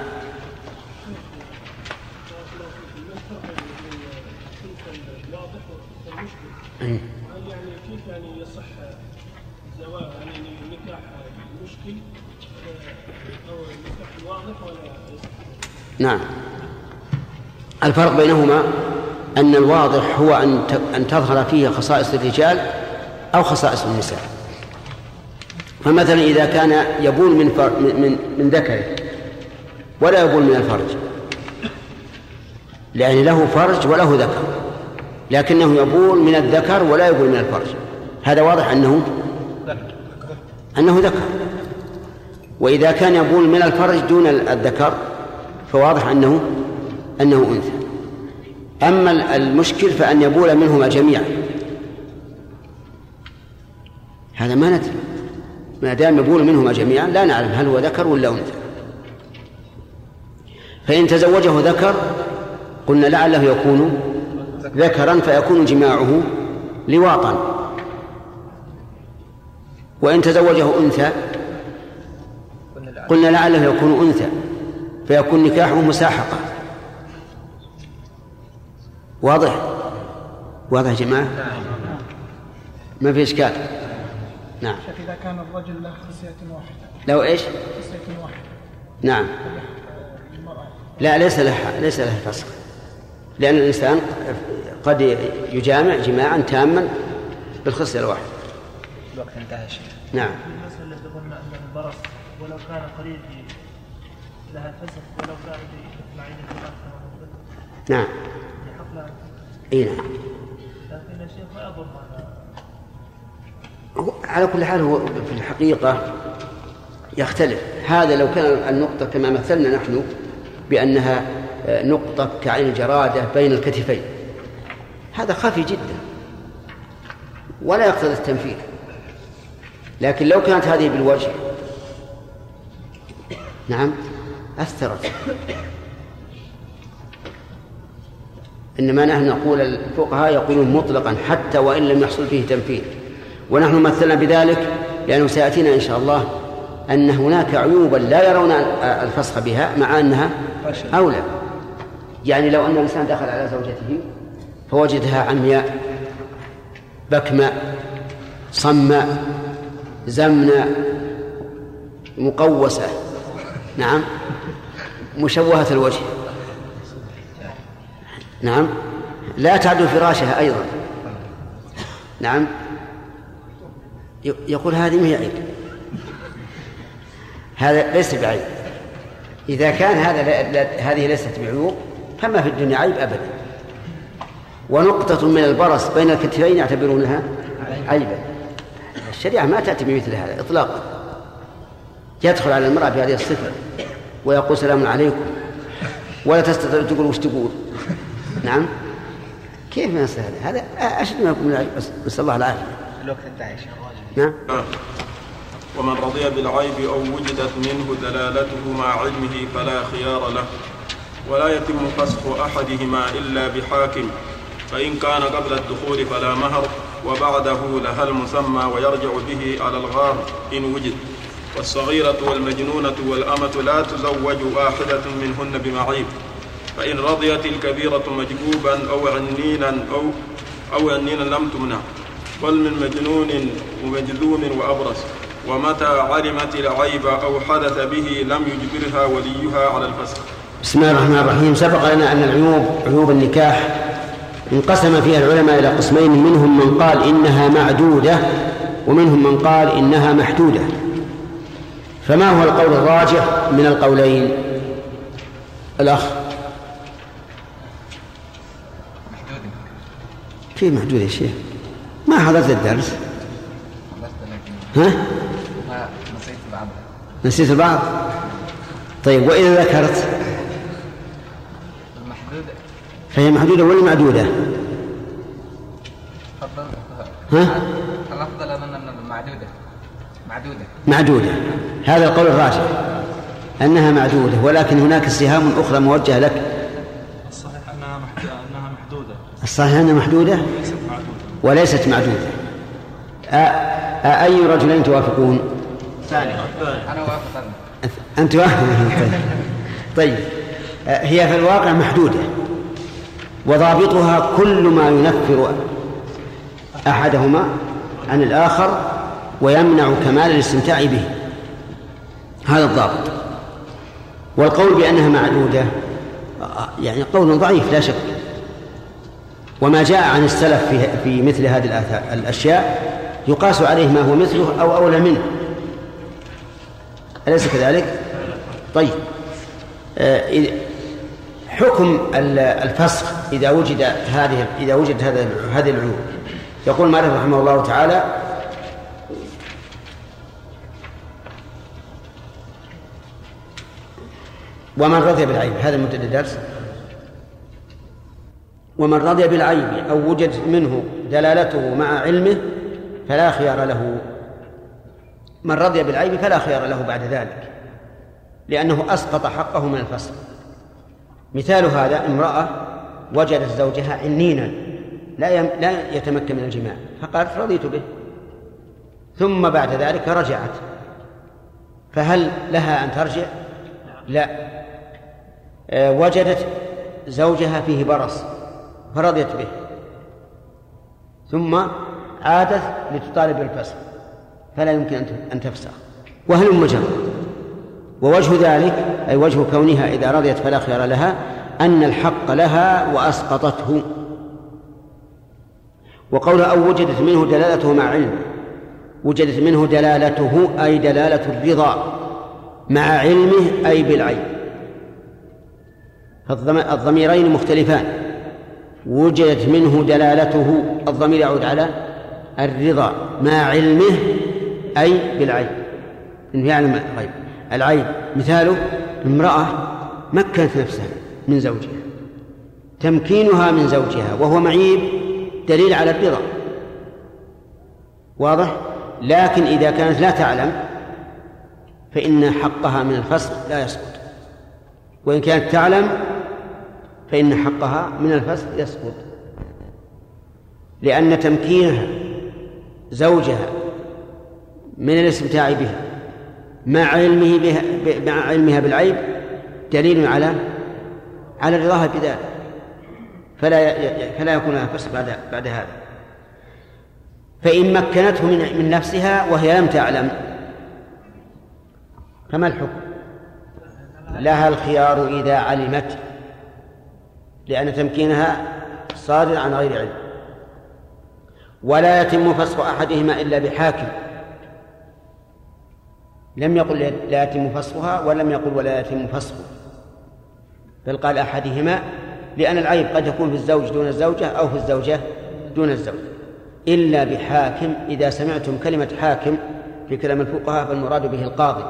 Speaker 7: يعني كيف يعني يصح زواج يعني نكاح مشكل أو نكاح واضح ولا
Speaker 1: نعم. الفرق بينهما أن الواضح هو أن تظهر فيه خصائص الرجال أو خصائص النساء. فمثلا إذا كان يبول من, من, من ذكره ولا يبول من الفرج، لأن له فرج وله ذكر، لكنه يبول من الذكر ولا يبول من الفرج، هذا واضح أنه أنه ذكر. وإذا كان يبول من الفرج دون الذكر فواضح أنه أنه أنثى. أما المشكل فأن يبول منهما جميعا، هذا ما ندري، ما دام يبول منهما جميعا لا نعلم هل هو ذكر ولا أنثى. فإن تزوجه ذكر قلنا لعله يكون ذكرا فيكون جماعه لواطا، وإن تزوجه أنثى قلنا لعله يكون أنثى فيكون نكاحه مساحقة. واضح؟ واضح يا جماعة؟ ما في إشكال. نعم.
Speaker 8: إذا كان الرجل له خصية واحدة.
Speaker 1: لو إيش؟
Speaker 8: خصية واحدة.
Speaker 1: نعم. لا ليس لها ليس لها فسخ، لأن الإنسان قد يجامع جماعا تاما بالخصية الواحدة.
Speaker 3: الوقت انتهى شيء.
Speaker 1: نعم.
Speaker 5: المسألة التي قلنا أن البرص ولو كان قريب لها فسخ ولو كان بمعين الأكثر.
Speaker 1: نعم. اي نعم.
Speaker 5: لكن الشيخ ما يضر
Speaker 1: على كل حال هو في الحقيقة يختلف. هذا لو كان النقطة كما مثلنا نحن بأنها نقطة كعين الجرادة بين الكتفين، هذا خفي جدا ولا يقتضي التنفيذ. لكن لو كانت هذه بالوجه نعم أثرت. إنما نحن نقول الفقهاء يقولون مطلقا حتى وإن لم يحصل فيه تنفيذ، ونحن مثلنا بذلك لأنه سيأتينا إن شاء الله أن هناك عيوبا لا يرون الفسخ بها مع أنها أولى. يعني لو أن الإنسان دخل على زوجته فوجدها عمياء بكماء صماء زمناء مقوسة نعم مشوهة الوجه نعم لا تعدل فراشها أيضا نعم يقول هذه ما هي عيب، هذا ليس بعيب. إذا كان هذا هذه ليست بعيوب فما في الدنيا عيب أبدا. ونقطة من البرص بين الكتفين يعتبرونها عيبا. الشريعة ما تأتي بمثل هذا إطلاقا. يدخل على المرأة بهذه الصفة ويقول سلام عليكم ولا تستطيع تقول وش تقول نعم كيف ما يصير هذا؟ هذا أشد ما يكون من العيب. نسأل الله العافية.
Speaker 3: الوقت انتهى يا شيخ.
Speaker 1: نعم.
Speaker 2: ومن رضي بالعيب أو وجدت منه دلالته مع علمه فلا خيار له، ولا يتم فسخ أحدهما إلا بحاكم، فإن كان قبل الدخول فلا مهر، وبعده لها المسمى ويرجع به على الغار إن وجد. والصغيرة والمجنونة والأمة لا تزوج واحدة منهن بمعيب، فإن رضيت الكبيرة مجبوبا أو عنينا أو أو عنينا لم تمنع، بل من مجنون ومجذوم وأبرص. ومتى علمت العيب أو حدث به لم يجبرها وليها على الفسخ.
Speaker 1: بسم الله الرحمن الرحيم. سبق لنا أن العيوب عيوب النكاح انقسم فيها العلماء إلى قسمين، منهم من قال إنها معدودة ومنهم من قال إنها محدودة. فما هو القول الراجح من القولين؟ الأخ كيف محدودة يا شيخ؟ ما حضرت الدرس؟ ها؟
Speaker 3: نسيت البعض.
Speaker 1: نسيت البعض؟ طيب وإذا ذكرت؟
Speaker 3: المحدودة.
Speaker 1: فهي محدودة ولا معدودة؟ ها؟
Speaker 3: الأفضل أن معدودة. معدودة.
Speaker 1: معدودة. هذا القول الراجح أنها معدودة، ولكن هناك سهام أخرى موجهة لك.
Speaker 4: الصحيح أنها أنها محدودة.
Speaker 1: الصحيح أنها محدودة وليست معدودة. أي رجلين توافقون؟
Speaker 3: ثاني. أنا وافق.
Speaker 1: أنت وافق. طيب هي في الواقع محدودة، وضابطها كل ما ينفر أحدهما عن الآخر ويمنع كمال الاستمتاع به، هذا الضابط. والقول بأنها معدودة يعني قول ضعيف لا شك. وما جاء عن السلف في, في مثل هذه الأشياء يقاس عليه ما هو مثله أو أولى منه، أليس كذلك؟ طيب، حكم الفسخ إذا وجد هذه إذا وجد هذه العيوب. يقول مالك رحمه الله تعالى: ومن رضي بالعيب، هذا مبتدأ الدرس. ومن رضي بالعيب أو وجد منه دلالته مع علمه فلا خيار له. من رضي بالعيب فلا خيار له بعد ذلك، لأنه أسقط حقه من الفسخ. مثال هذا: امرأة وجدت زوجها عنينا لا لا يتمكن من الجماع فقالت رضيت به، ثم بعد ذلك رجعت، فهل لها أن ترجع؟ لا. وجدت زوجها فيه برص فرضيت به، ثم عادت لتطالب بالفسخ، فلا يمكن أن تفسخ. وهل مجرد. ووجه ذلك أي وجه كونها إذا رضيت فلا خيار لها أن الحق لها وأسقطته. وقول أو وجدت منه دلالته مع علم، وجدت منه دلالته أي دلالة الرضا مع علمه أي بالعين، فالضميرين مختلفان. وجدت منه دلالته، الضمير يعود على الرضا مع علمه أي بالعين، إنه يعلم الغيب العين. مثاله: امرأة مكنت نفسها من زوجها، تمكينها من زوجها وهو معيب دليل على الرضا، واضح؟ لكن إذا كانت لا تعلم فإن حقها من الفسخ لا يسقط، وإن كانت تعلم فإن حقها من الفسخ يسقط، لأن تمكينها زوجها من الاستمتاع بها مع علمه بها مع علمها بالعيب دليل على على رضاها بذلك، فلا فلا يكون لها فسخ بعد بعد هذا. فإن مكنته من من نفسها وهي لم تعلم فما الحكم؟ لها الخيار إذا علمت، لأن تمكينها صادر عن غير علم. ولا يتم فسخ أحدهما إلا بحاكم، لم يقل لا يتم فسخها ولم يقل ولا يتم فسخه، بل قال أحدهما، لأن العيب قد يكون في الزوج دون الزوجة أو في الزوجة دون الزوج. إلا بحاكم. إذا سمعتم كلمة حاكم في كلام الفقهاء فالمراد به القاضي،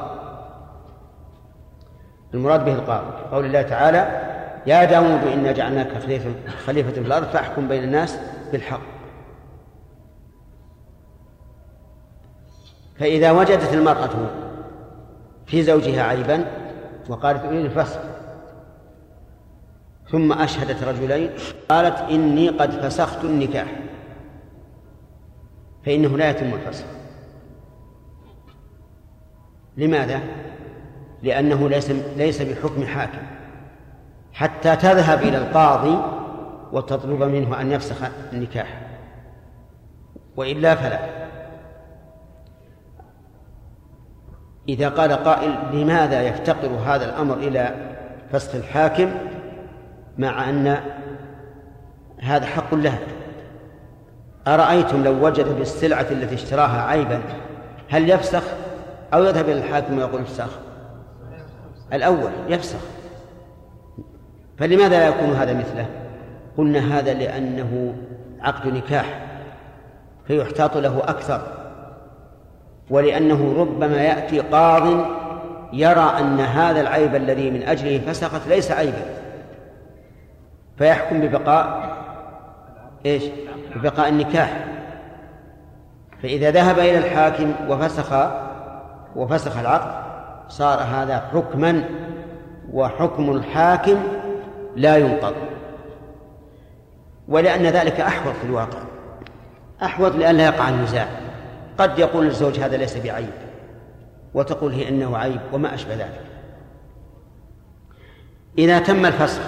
Speaker 1: المراد به القاضي. قول الله تعالى: يا داود إنا جعلناك خليفة في الأرض فاحكم بين الناس بالحق. فإذا وجدت المرأة في زوجها عيبا وقالت أريد الفسخ، ثم أشهدت رجلين قالت إني قد فسخت النكاح، فإنه لا يتم الفسخ. لماذا؟ لأنه ليس ليس بحكم حاكم حتى تذهب إلى القاضي وتطلب منه أن يفسخ النكاح، وإلا فلا. إذا قال قائل: لماذا يفتقر هذا الأمر إلى فسخ الحاكم مع أن هذا حق له؟ أرأيتم لو وجد بالسلعة التي اشتراها عيبا هل يفسخ أو يذهب إلى الحاكم ويقول افسخ؟ الأول يفسخ. فلماذا لا يكون هذا مثله؟ قلنا هذا لأنه عقد نكاح فيحتاط له أكثر، ولأنه ربما يأتي قاض يرى أن هذا العيب الذي من أجله فسخت ليس عيبا، فيحكم ببقاء إيش؟ ببقاء النكاح. فإذا ذهب إلى الحاكم وفسخ وفسخ العقد صار هذا حكما، وحكم الحاكم لا ينقض. ولأن ذلك أحوط في الواقع، أحوط لأن لا يقع النزاع. قد يقول الزوج هذا ليس بعيب وتقول هي إنه عيب وما أشبه ذلك. إذا تم الفسخ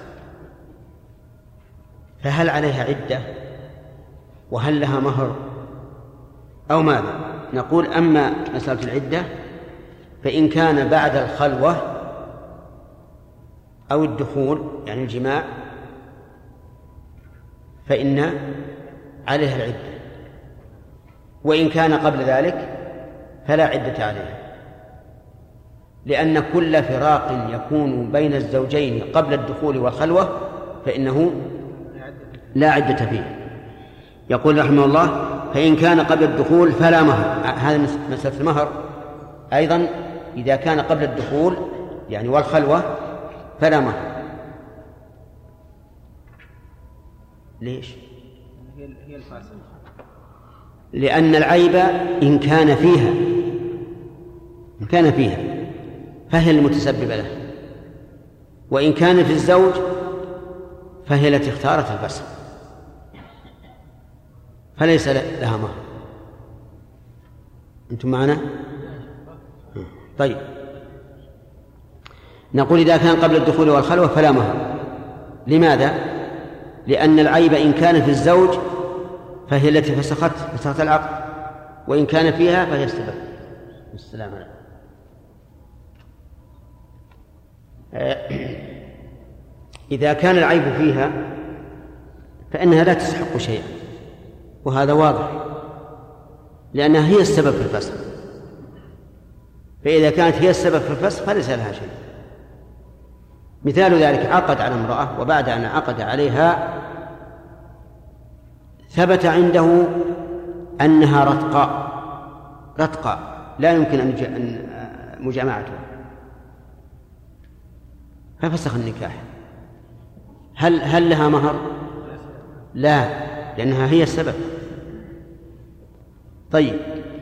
Speaker 1: فهل عليها عدة وهل لها مهر أو ماذا؟ نقول: أما مسألة العدة فإن كان بعد الخلوة أو الدخول يعني الجماع فإن عليها العدة، وإن كان قبل ذلك فلا عدة عليها، لأن كل فراق يكون بين الزوجين قبل الدخول والخلوة فإنه لا عدة فيه. يقول رحمه الله: فإن كان قبل الدخول فلا مهر. هذا مسألة المهر أيضا، إذا كان قبل الدخول يعني والخلوة فلا مهر. ليش؟
Speaker 6: هي الفاسدة،
Speaker 1: لأن العيب إن كان فيها إن كان فيها فهي المتسببة له، وإن كان في الزوج فهي التي اختارت الفسخ فليس لها مهر. أنتم معنا؟ طيب، نقول إذا كان قبل الدخول والخلوة فلا مهر. لماذا؟ لأن العيب إن كان في الزوج فهي التي فسخت فسخت العقد، وإن كان فيها فهي السبب. السلام عليكم. إذا كان العيب فيها فإنها لا تستحق شيئا، وهذا واضح لأنها هي السبب في الفسخ، فإذا كانت هي السبب في الفسخ فليس لها شيء. مثال ذلك: عقد على امرأة وبعد أن عقد عليها ثبت عنده أنها رتقاء رتقاء لا يمكن أن مجامعتها ففسخ النكاح. هل هل لها مهر؟ لا، لأنها هي السبب. طيب،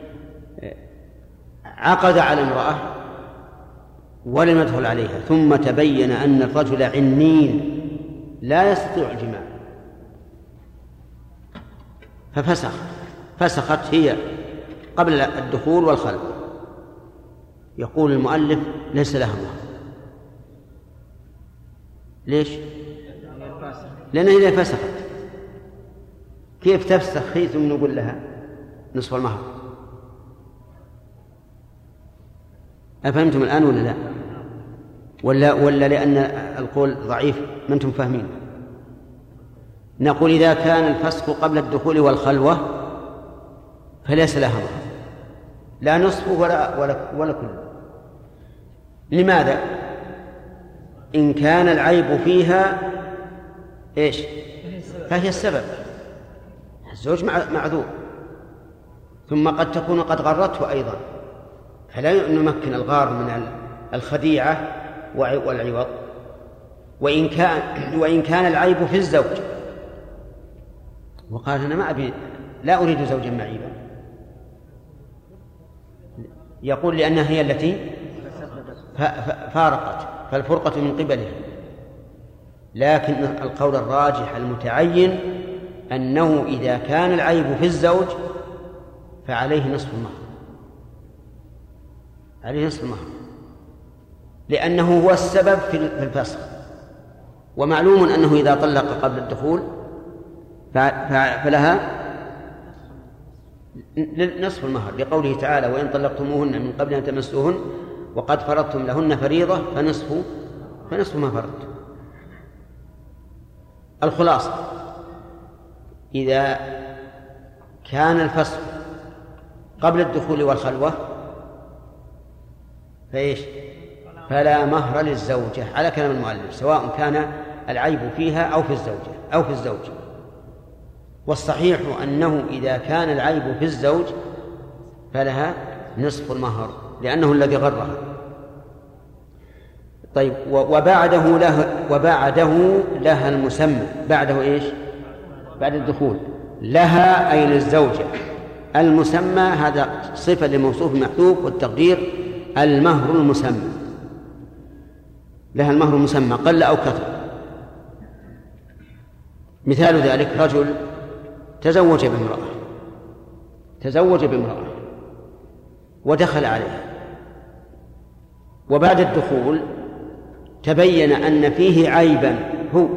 Speaker 1: عقد على امرأة ولم يدخل عليها، ثم تبين أن الرجل عنين لا يستطيع الجماع ففسخ فسخت هي قبل الدخول والخلوة. يقول المؤلف: ليس لها مهر. ليش؟ لأنها إذا فسخت كيف تفسخ هي ثم نقول لها نصف المهر؟ أفهمتم الآن ولا لا؟ ولا ولا لأن القول ضعيف ما أنتم فاهمين؟ نقول: إذا كان الفسخ قبل الدخول والخلوة فليس لها مهر، لا نصف ولا ولا ولا كله. لماذا؟ إن كان العيب فيها إيش؟ فهي السبب. الزوج معذور، ثم قد تكون قد غرته أيضا، فلا نمكن الغار من الخديعة والعوض. وإن كان وإن كان العيب في الزوج وقال: أنا ما أبي لا أريد زوجا معيبا، يقول: لأنها هي التي فارقت فالفرقة من قبلها. لكن القول الراجح المتعين أنه إذا كان العيب في الزوج فعليه نصف المهر، عليه نصف المهر، لأنه هو السبب في الفسخ. ومعلوم أنه إذا طلق قبل الدخول فلها نصف المهر، لقوله تعالى: وإن طلقتموهن من قبل أن تمسوهن وقد فرضتم لهن فريضة فنصف فنصف ما فرضتم. الخلاصة: إذا كان الفسخ قبل الدخول والخلوة فإيش؟ فلا مهر للزوجة على كلام المؤلف، سواء كان العيب فيها أو في الزوجة أو في الزوج. والصحيح أنه إذا كان العيب في الزوج فلها نصف المهر، لأنه الذي غرها. طيب، وبعده له وبعده لها المسمى. بعده إيش؟ بعد الدخول. لها أي للزوجة. المسمى هذا صفة لموصوف محذوف، والتقدير المهر المسمى. لها المهر المسمى قل أو كثر. مثال ذلك: رجل تزوج بامرأة تزوج بامرأة ودخل عليها، وبعد الدخول تبين أن فيه عيبا هو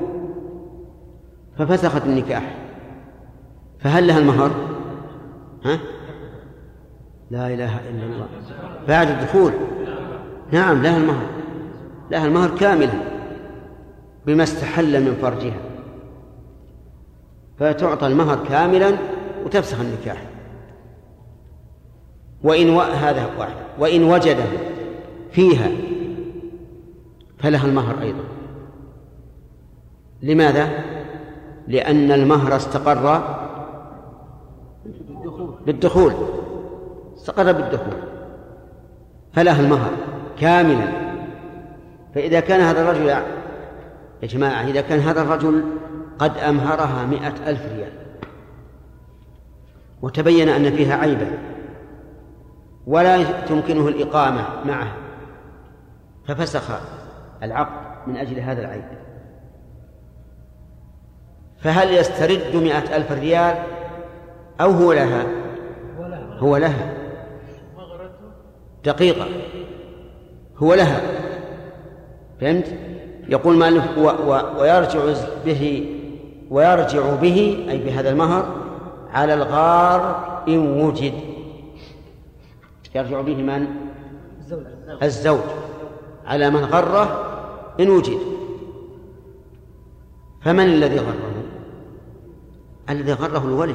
Speaker 1: ففسخت النكاح، فهل لها المهر؟ ها؟ لا إله إلا الله. بعد الدخول نعم لها المهر، لها المهر كاملا، بما استحل من فرجها، فتعطى المهر كاملا وتفسخ النكاح. وإن و... هذا واحد. وإن وجد فيها فلها المهر أيضا. لماذا؟ لأن المهر استقر بالدخول، استقر بالدخول، فلها المهر كاملا. فإذا كان هذا الرجل يا جماعة إذا كان هذا الرجل قد أمهرها مئة ألف ريال وتبين أن فيها عيبا ولا تمكنه الإقامة معه، ففسخ العقد من أجل هذا العيب، فهل يسترد مئة ألف ريال أو هو لها؟ هو لها دقيقة، هو لها. فهمت؟ يقول مالك ويرجع به ويرجع به أي بهذا المهر على الغار إن وجد. يرجع به من؟ الزوج على من غره إن وجد. فمن الذي غره؟ الذي غره الولي،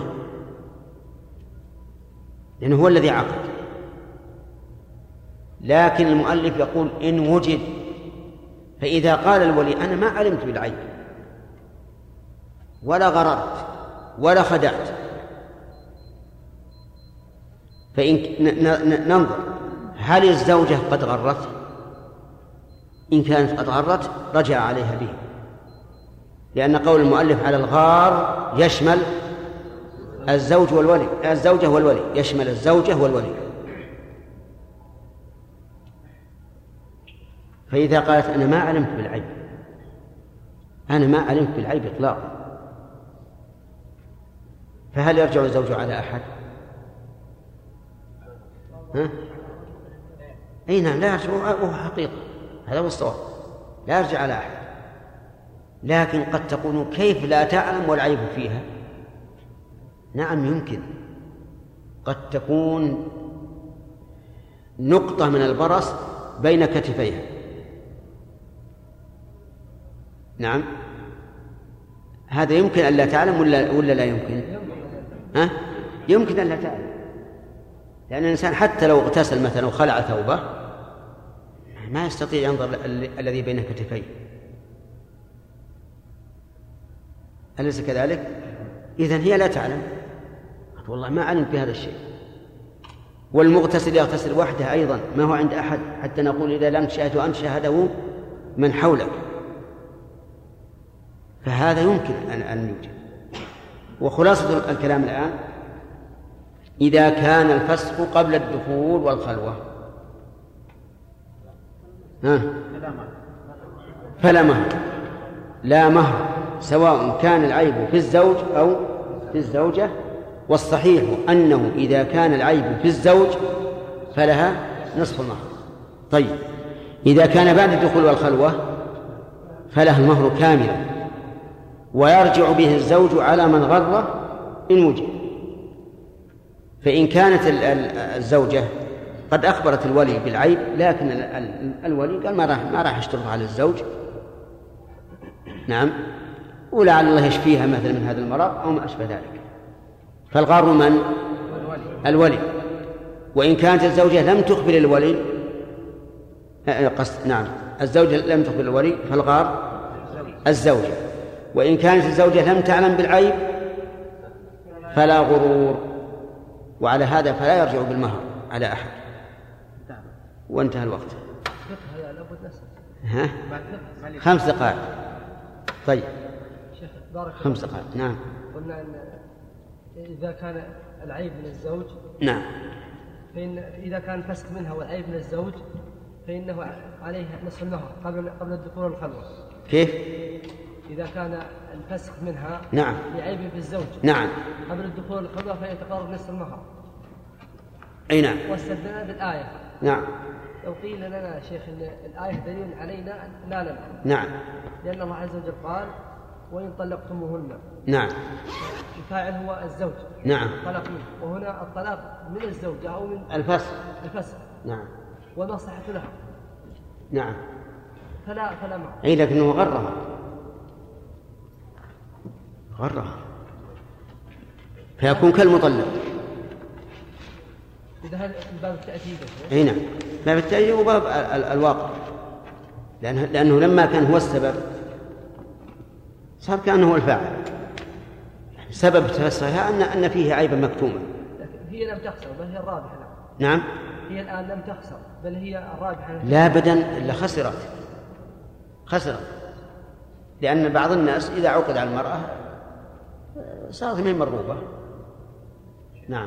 Speaker 1: لأنه هو الذي عقد. لكن المؤلف يقول إن وجد، فإذا قال الولي أنا ما علمت بالعيب ولا غررت ولا خدعت، فإن ننظر هل الزوجة قد غرت؟ إن كانت قد غرت رجع عليها به، لأن قول المؤلف على الغار يشمل الزوج والولي، الزوجة والولي، يشمل الزوجة والولي. فإذا قالت أنا ما علمت بالعيب، أنا ما علمت بالعيب إطلاقا، فهل يرجع الزوج على أحد؟ ها؟ أي نعم لا يرجع، وهو حقيقة، هذا هو الصواب، لا يرجع على أحد. لكن قد تقول كيف لا تعلم والعيب فيها؟ نعم يمكن، قد تكون نقطة من البرص بين كتفيها، نعم هذا يمكن أن لا تعلم ولا, ولا لا يمكن؟ ها؟ يمكن أن لا تعلم، لأن الإنسان حتى لو اغتسل مثلا وخلع ثوبه ما يستطيع ينظر الذي بين كتفيه، أليس كذلك؟ إذن هي لا تعلم، والله ما علم بهذا الشيء. والمغتسل يغتسل وحده أيضا، ما هو عند أحد حتى نقول إذا لم تشاهد وأنت شاهده من حولك، فهذا يمكن أن يوجد. وخلاصة الكلام الآن إذا كان الفسخ قبل الدخول والخلوة ها فلا مهر، لا مهر، سواء كان العيب في الزوج أو في الزوجة. والصحيح أنه إذا كان العيب في الزوج فلها نصف المهر. طيب إذا كان بعد الدخول والخلوة فلها المهر كاملا، ويرجع به الزوج على من غره إن وجد. فإن كانت الزوجة قد أخبرت الولي بالعيب، لكن الولي قال ما راح ما راح اشترط على الزوج، نعم، ولعل الله يشفيها مثلا من هذا المرض أو ما أشبه ذلك، فالغار من؟ الولي. وإن كانت الزوجة لم تخبر الولي قصد نعم الزوجة لم تخبر الولي فالغار الزوجة. وإن كانت الزوجة لم تعلم بالعيب فلا غرور، وعلى هذا فلا يرجع بالمهر على أحد. وانتهى الوقت. ها؟ خمس دقائق. طيب خمس دقائق. نعم.
Speaker 9: قلنا أن إذا كان العيب من الزوج
Speaker 1: نعم،
Speaker 9: فإن إذا كان الفسق منها والعيب من الزوج فإنه عليه نصف المهر قبل قبل الدخول والخلوة.
Speaker 1: كيف؟
Speaker 9: إذا كان الفسق منها
Speaker 1: نعم
Speaker 9: لعيب في الزوج
Speaker 1: نعم
Speaker 9: قبل الدخول والخلوة فيتقرر نصف المهر.
Speaker 1: أي نعم.
Speaker 9: واستدلنا بالآية.
Speaker 1: نعم.
Speaker 9: لو قيل لنا يا شيخ أن الآية دليل علينا لا نمنع.
Speaker 1: نعم.
Speaker 9: لأن الله عز وجل قال وإن طلقتموهن.
Speaker 1: نعم.
Speaker 9: الفاعل هو الزوج.
Speaker 1: نعم.
Speaker 9: طلاق منه، وهنا الطلاق من الزوجة أو من
Speaker 1: الفسق.
Speaker 9: الفسق.
Speaker 1: نعم.
Speaker 9: والمصلحة لها.
Speaker 1: نعم.
Speaker 9: فلا فلا مع.
Speaker 1: أي لكنه غرها. غرها فيكون كالمطلق.
Speaker 9: إذا هذا باب التأكيد.
Speaker 1: أي نعم، باب التأكيد وباب الواقع، لأنه, لأنه لما كان هو السبب صار كأنه هو الفاعل. سبب تفسرها أن أن فيه عيبا مكتوما.
Speaker 9: هي لم تخسر بل هي الرابحة.
Speaker 1: نعم.
Speaker 9: هي الآن لم تخسر بل هي الرابحة.
Speaker 1: لا أبدا إلا خسرت خسرت لأن بعض الناس إذا عقد على المرأة صارت من مرغوبة. نعم.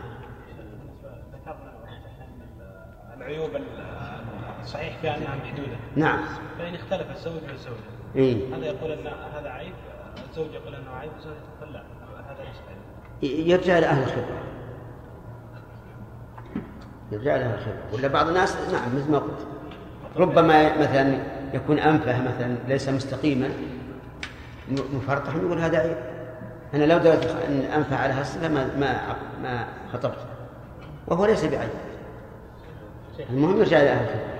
Speaker 6: العيوب الصحيح فيها أنها محدودة.
Speaker 1: نعم.
Speaker 6: فإن اختلف الزوج والزوجة
Speaker 1: إيه؟
Speaker 6: هذا يقول أن هذا عيب، الزوج يقول أنه عيب، والزوجة تقول لا هذا ليس عيب.
Speaker 1: يرجع لأهل الخبرة، يرجع لأهل الخبرة. ولا بعض الناس نعم مثل ما قلت ربما مثلا يكون أنفه مثلا ليس مستقيما مفرطح يقول هذا عيب، أنا لو درت أن أنفه على هالصفة ما ما ما خطبت، وهو ليس بعيب. المهم يرجع لأهل الخبرة.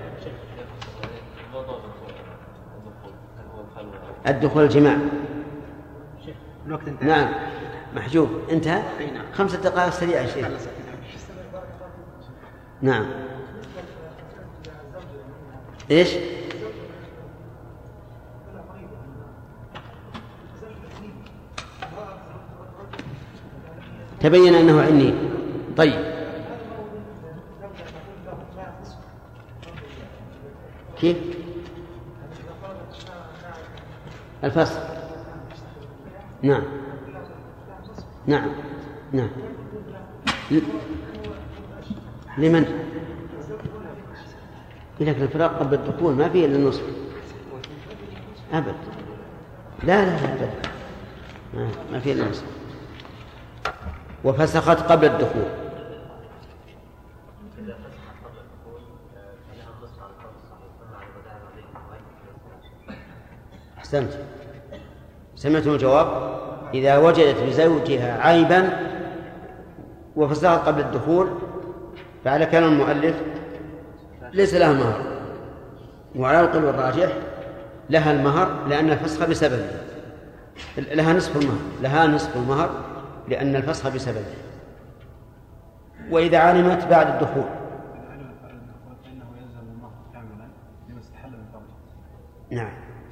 Speaker 1: الدخول الجماع نعم محجوب انتهى. خمسة دقائق سريعة يا شيخ. نعم. ايش؟ تبين انه عني. طيب كيف الفصل؟ نعم نعم نعم. لمن؟ لكن الفراق قبل الدخول ما فيه إلا النصف أبد. لا لا لا أبد ما فيه إلا النصف. وفسخت قبل الدخول. أحسنت، سمعتم الجواب. إذا وجدت بزوجها عيبا وفسخت قبل الدخول فعلى كلام المؤلف ليس لها مهر، وعلى القول الراجح لها المهر لأن الفسخ بسببه، لها نصف المهر لها نصف المهر لأن الفسخ بسببه. وإذا علمت بعد الدخول نعم.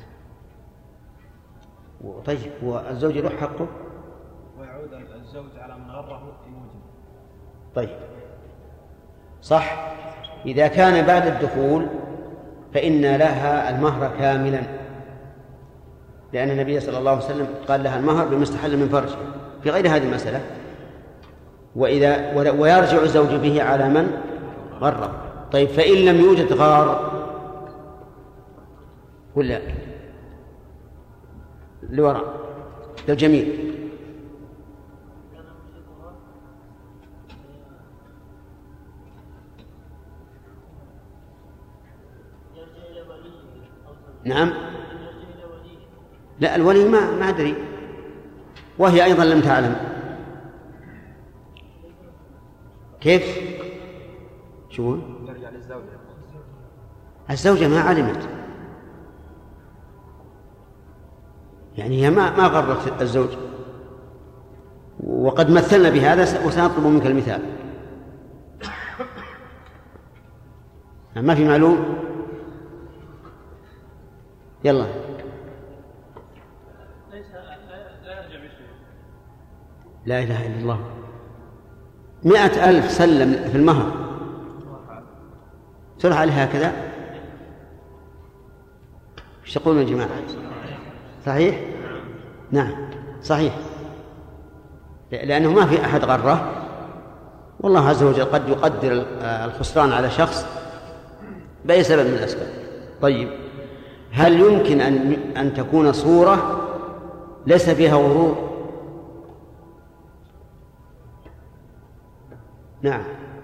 Speaker 1: طيب والزوج يروح حقه
Speaker 6: ويعود الزوج على من غره إن وجد.
Speaker 1: طيب صح. إذا كان بعد الدخول فإن لها المهر كاملا، لأن النبي صلى الله عليه وسلم قال لها المهر بمستحل من فرجه في غير هذه المسألة. وإذا ويرجع الزوج به على من غره. طيب فإن لم يوجد غار ولا لوراء للجميع نعم. لا الولي ما ما أدري، وهي أيضا لم تعلم. كيف؟ شو؟ الزوجة ما علمت، يعني هي ما ما غرت الزوج. وقد مثلنا بهذا وسنطلب منك المثال. ما في معلوم؟ يلا. لا إله إلا الله. مئة ألف سلم في المهر تروح عليها هكذا. ايش تقولون يا جماعة؟ صحيح؟ نعم صحيح، لأنه ما في أحد غره، والله عز وجل قد يقدر الخسران على شخص بأي سبب من الأسباب. طيب هل يمكن أن أن تكون صورة ليس فيها غرور؟ نعم.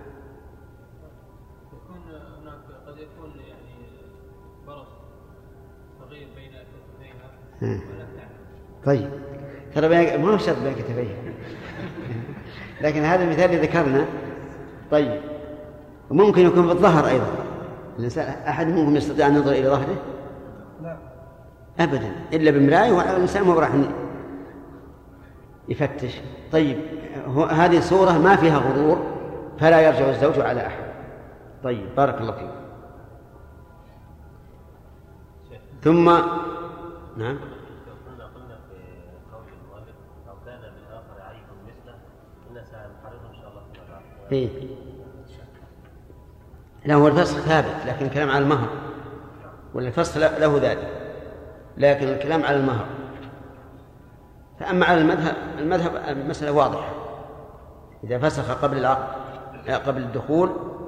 Speaker 10: يكون هناك قد يكون يعني برص صغير بين كتفيها ولا تعلم.
Speaker 1: طيب ترى ما هو شرط بين كتفيها لكن هذا المثال اللي ذكرنا. طيب ممكن يكون في الظهر أيضا. الإنسان أحد منكم يستطيع أن ينظر إلى ظهره؟
Speaker 8: لا
Speaker 1: أبدا إلا بمراية، والإنسان ما راح يفتش. طيب هذه صورة ما فيها غرور فلا يرجع الزوج على أحد. طيب بارك الله فيك. ثم نعم
Speaker 11: قلنا في قول المؤلف لو كان بالآخر عيب مثله إن سنحرره إن شاء الله فيما بعد.
Speaker 1: إيه لا هو الفسخ ثابت لكن الكلام على المهر ولا الفسخ له ذلك لكن الكلام على المهر. فأما على المذهب المذهب المسألة واضحة إذا فسخ قبل العقد قبل الدخول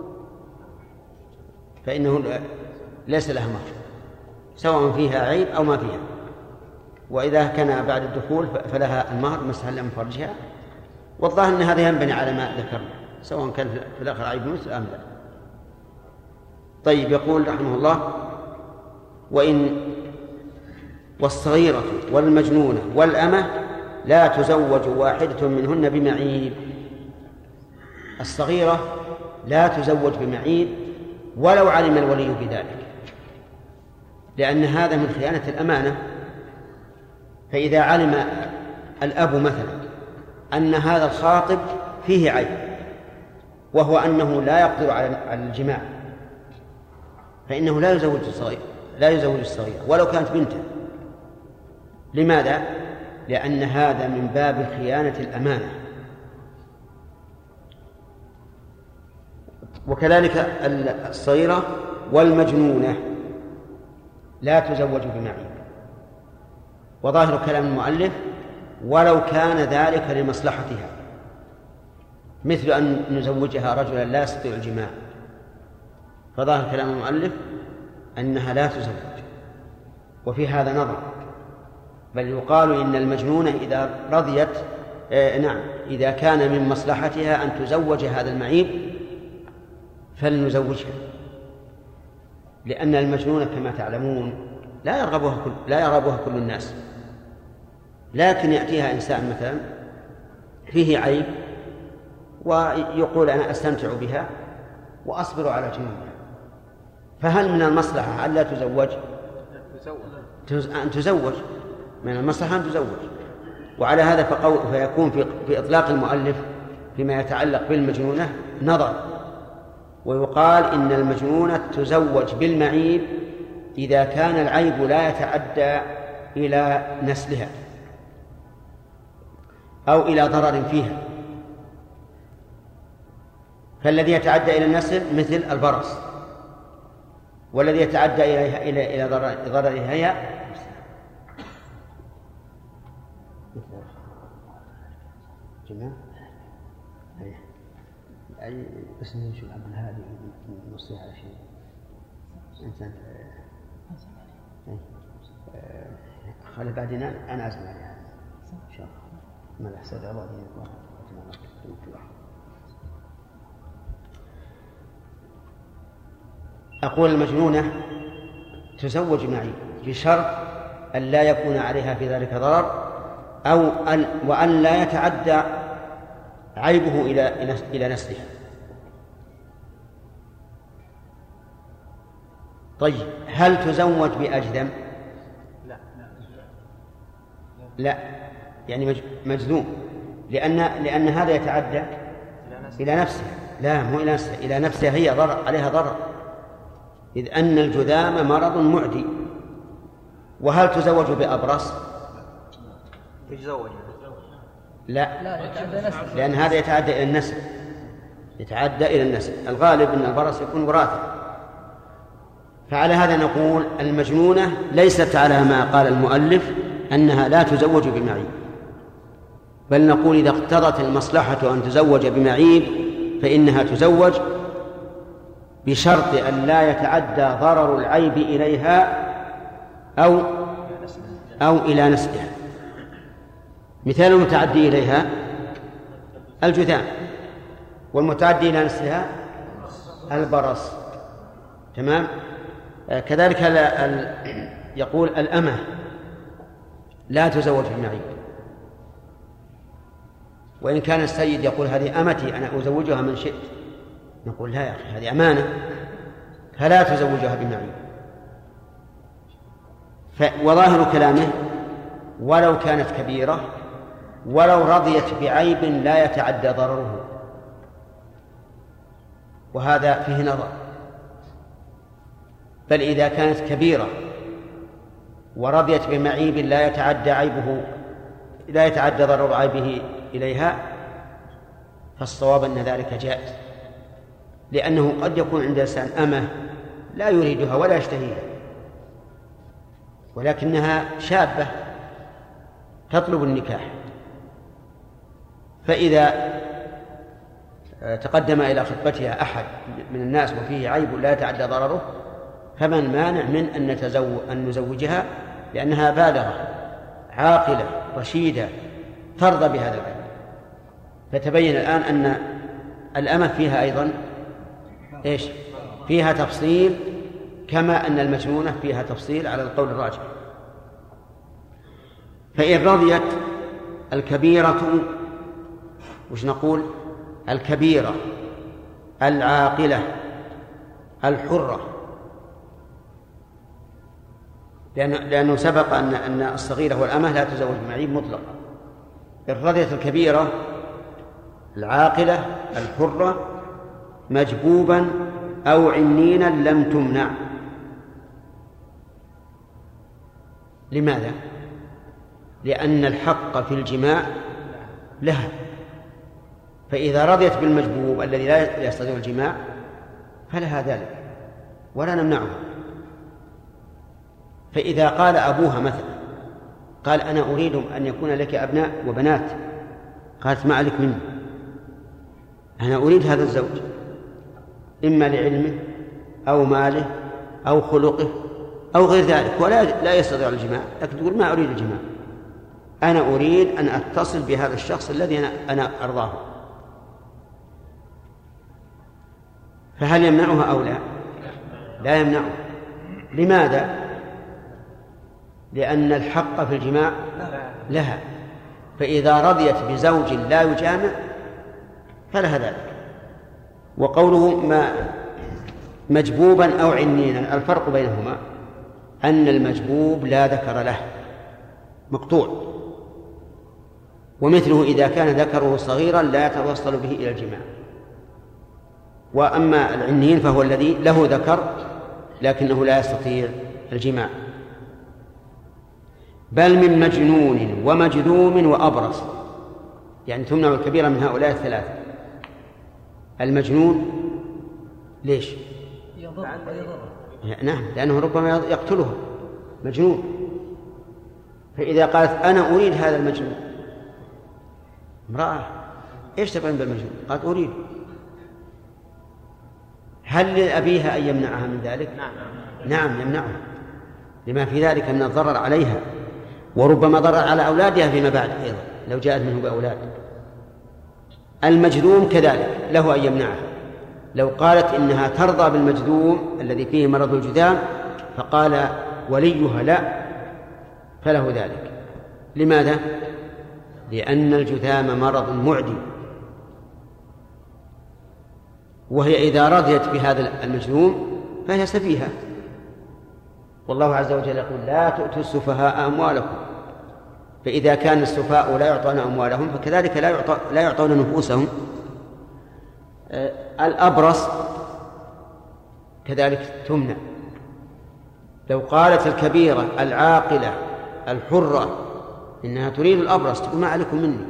Speaker 1: فإنه ليس لها مهر سواء فيها عيب أو ما فيها. وإذا كان بعد الدخول فلها المهر مسهل من فرجها. والظاهر أن هذا ينبني على ما ذكرنا سواء كان في الآخر عيب مثل أم لا. طيب يقول رحمه الله وإن والصغيرة والمجنونة والأمة لا تزوج واحدة منهن بمعيب. الصغيرة لا تزوج بمعيب ولو علم الولي بذلك لأن هذا من خيانة الأمانة. فإذا علم الأب مثلا أن هذا الخاطب فيه عيب وهو أنه لا يقدر على الجماع فإنه لا يزوج الصغير لا يزوج الصغير ولو كانت بنته. لماذا؟ لأن هذا من باب خيانة الأمانة. وكذلك الصغيرة والمجنونة لا تزوج بمعيب. وظاهر كلام المؤلف ولو كان ذلك لمصلحتها مثل أن نزوجها رجلا لا يستطيع الجماع فظاهر كلام المؤلف أنها لا تزوج. وفي هذا نظر بل يقال إن المجنونة إذا رضيت آه نعم إذا كان من مصلحتها أن تزوج هذا المعيب فلنزوجها لأن المجنونة كما تعلمون لا يرغبها كل, لا يرغبها كل الناس. لكن يأتيها إنسان مثلا فيه عيب ويقول أنا أستمتع بها وأصبر على جنونها. فهل من المصلحة أن لا تزوج؟ أن تزوج من المصلحة أن تزوج. وعلى هذا فقول فيكون في, في إطلاق المؤلف فيما يتعلق بالمجنونة نظر. ويقال إن المجنونة تزوج بالمعيب إذا كان العيب لا يتعدى إلى نسلها أو إلى ضرر فيها. فالذي يتعدى إلى النسل مثل البرص والذي يتعدى إلى إلى إلى ضررها هي جماعة أي اسمه شو عبد الهادي نصيحة على شيء إنسان خلي بعدين أنا أسمع عليها إن شاء الله ما الأحسن الله دينك أقول المجنونة تزوج معي بشرط أن لا يكون عليها في ذلك ضرر أو أن وأن لا يتعدى عيبه إلى إلى نسلها. طيب هل تزوج بأجدم؟
Speaker 10: لا
Speaker 1: لا يعني مجذوم لأن لأن هذا يتعدى إلى نفسه. لا مو إلى نفسه إلى نفسها هي ضرر عليها ضرر إذ أن الجذام مرض معدي. وهل تزوج بأبرص؟
Speaker 3: تتزوج
Speaker 1: لا لأن هذا يتعدى إلى النسل يتعدى إلى النسل. الغالب أن البرص يكون وراثة. فعلى هذا نقول المجنونة ليست على ما قال المؤلف أنها لا تزوج بمعيب بل نقول إذا اقتضت المصلحة أن تزوج بمعيب فإنها تزوج بشرط أن لا يتعدى ضرر العيب إليها أو أو إلى نسلها. مثال المتعدي إليها الجذام والمتعدي إلى نسلها البرص. تمام. كذلك يقول الأمة لا تزوج بمعيب وإن كان السيد يقول هذه أمتي أنا أزوجها من شئت نقول لا يا أخي هذه أمانة فلا تزوجها بمعيب. وظاهر كلامه ولو كانت كبيرة ولو رضيت بعيب لا يتعدى ضرره، وهذا فيه نظر. بل إذا كانت كبيرة ورضيت بمعيب لا يتعدى عيبه لا يتعدى ضرر عيبه إليها، فالصواب أن ذلك جائز، لأنه قد يكون عند الإنسان أمة لا يريدها ولا يشتهيها، ولكنها شابة تطلب النكاح، فإذا تقدم إلى خطبتها أحد من الناس وفيه عيب لا يتعدى ضرره، فمن مانع من أن نتزوج أن نزوجها، لأنها بالغة عاقلة رشيدة ترضى بهذا العيب. فتبين الآن أن الأمة فيها أيضا إيش؟ فيها تفصيل، كما أن المجنونة فيها تفصيل على القول الراجح. فإن رضيت الكبيرة، وش نقول؟ الكبيرة العاقلة الحرة، لأنه, لأنه سبق أن أن الصغيرة والأمة لا تزوج بمعيب مطلقا. إن رضيت الكبيرة العاقلة الحرة مجبوبا أو عنينا لم تمنع. لماذا؟ لأن الحق في الجماع لها، فإذا رضيت بالمجبوب الذي لا يستطيع الجماع فلها ذلك ولا نمنعها. فإذا قال أبوها مثلا قال أنا أريد أن يكون لك أبناء وبنات، قالت ما عليك مني، أنا أريد هذا الزوج إما لعلمه أو ماله أو خلقه أو غير ذلك، ولا لا يستطيع الجماع، لكن تقول ما أريد الجماع، أنا أريد أن أتصل بهذا الشخص الذي أنا, أنا أرضاه. فهل يمنعها أو لا؟ لا يمنعها. لماذا؟ لأن الحق في الجماع لها، فإذا رضيت بزوج لا يجامع فلها ذلك. وقوله ما مجبوبا أو عنينا، الفرق بينهما أن المجبوب لا ذكر له مقطوع، ومثله إذا كان ذكره صغيرا لا يتوصل به إلى الجماع. وأما العنين فهو الذي له ذكر لكنه لا يستطيع الجماع. بل من مجنون ومجذوم وأبرص، يعني تمنع الكبيرة من هؤلاء الثلاثة. المجنون ليش؟
Speaker 9: يضر
Speaker 1: نعم، لأنه ربما يقتلها مجنون. فإذا قالت أنا أريد هذا المجنون، امرأة إيش تفعل بالمجنون؟ قالت أريد، هل لأبيها أن يمنعها من ذلك؟ نعم نعم يمنعها، لما في ذلك من الضرر عليها، وربما ضرر على أولادها فيما بعد أيضا لو جاءت منه بأولاد. المجذوم كذلك له أن يمنعها، لو قالت إنها ترضى بالمجذوم الذي فيه مرض الجذام فقال وليها لا فله ذلك. لماذا؟ لأن الجذام مرض معدي، وهي إذا رضيت بهذا المجذوم فهي سفيهة، والله عز وجل يقول لا تؤتوا السفهاء أموالكم. فإذا كان السفهاء لا يعطون أموالهم فكذلك لا يعطون, لا يعطون نفوسهم. الأبرص كذلك تمنع. لو قالت الكبيرة العاقلة الحرة إنها تريد الأبرص تقول ما عليكم مني،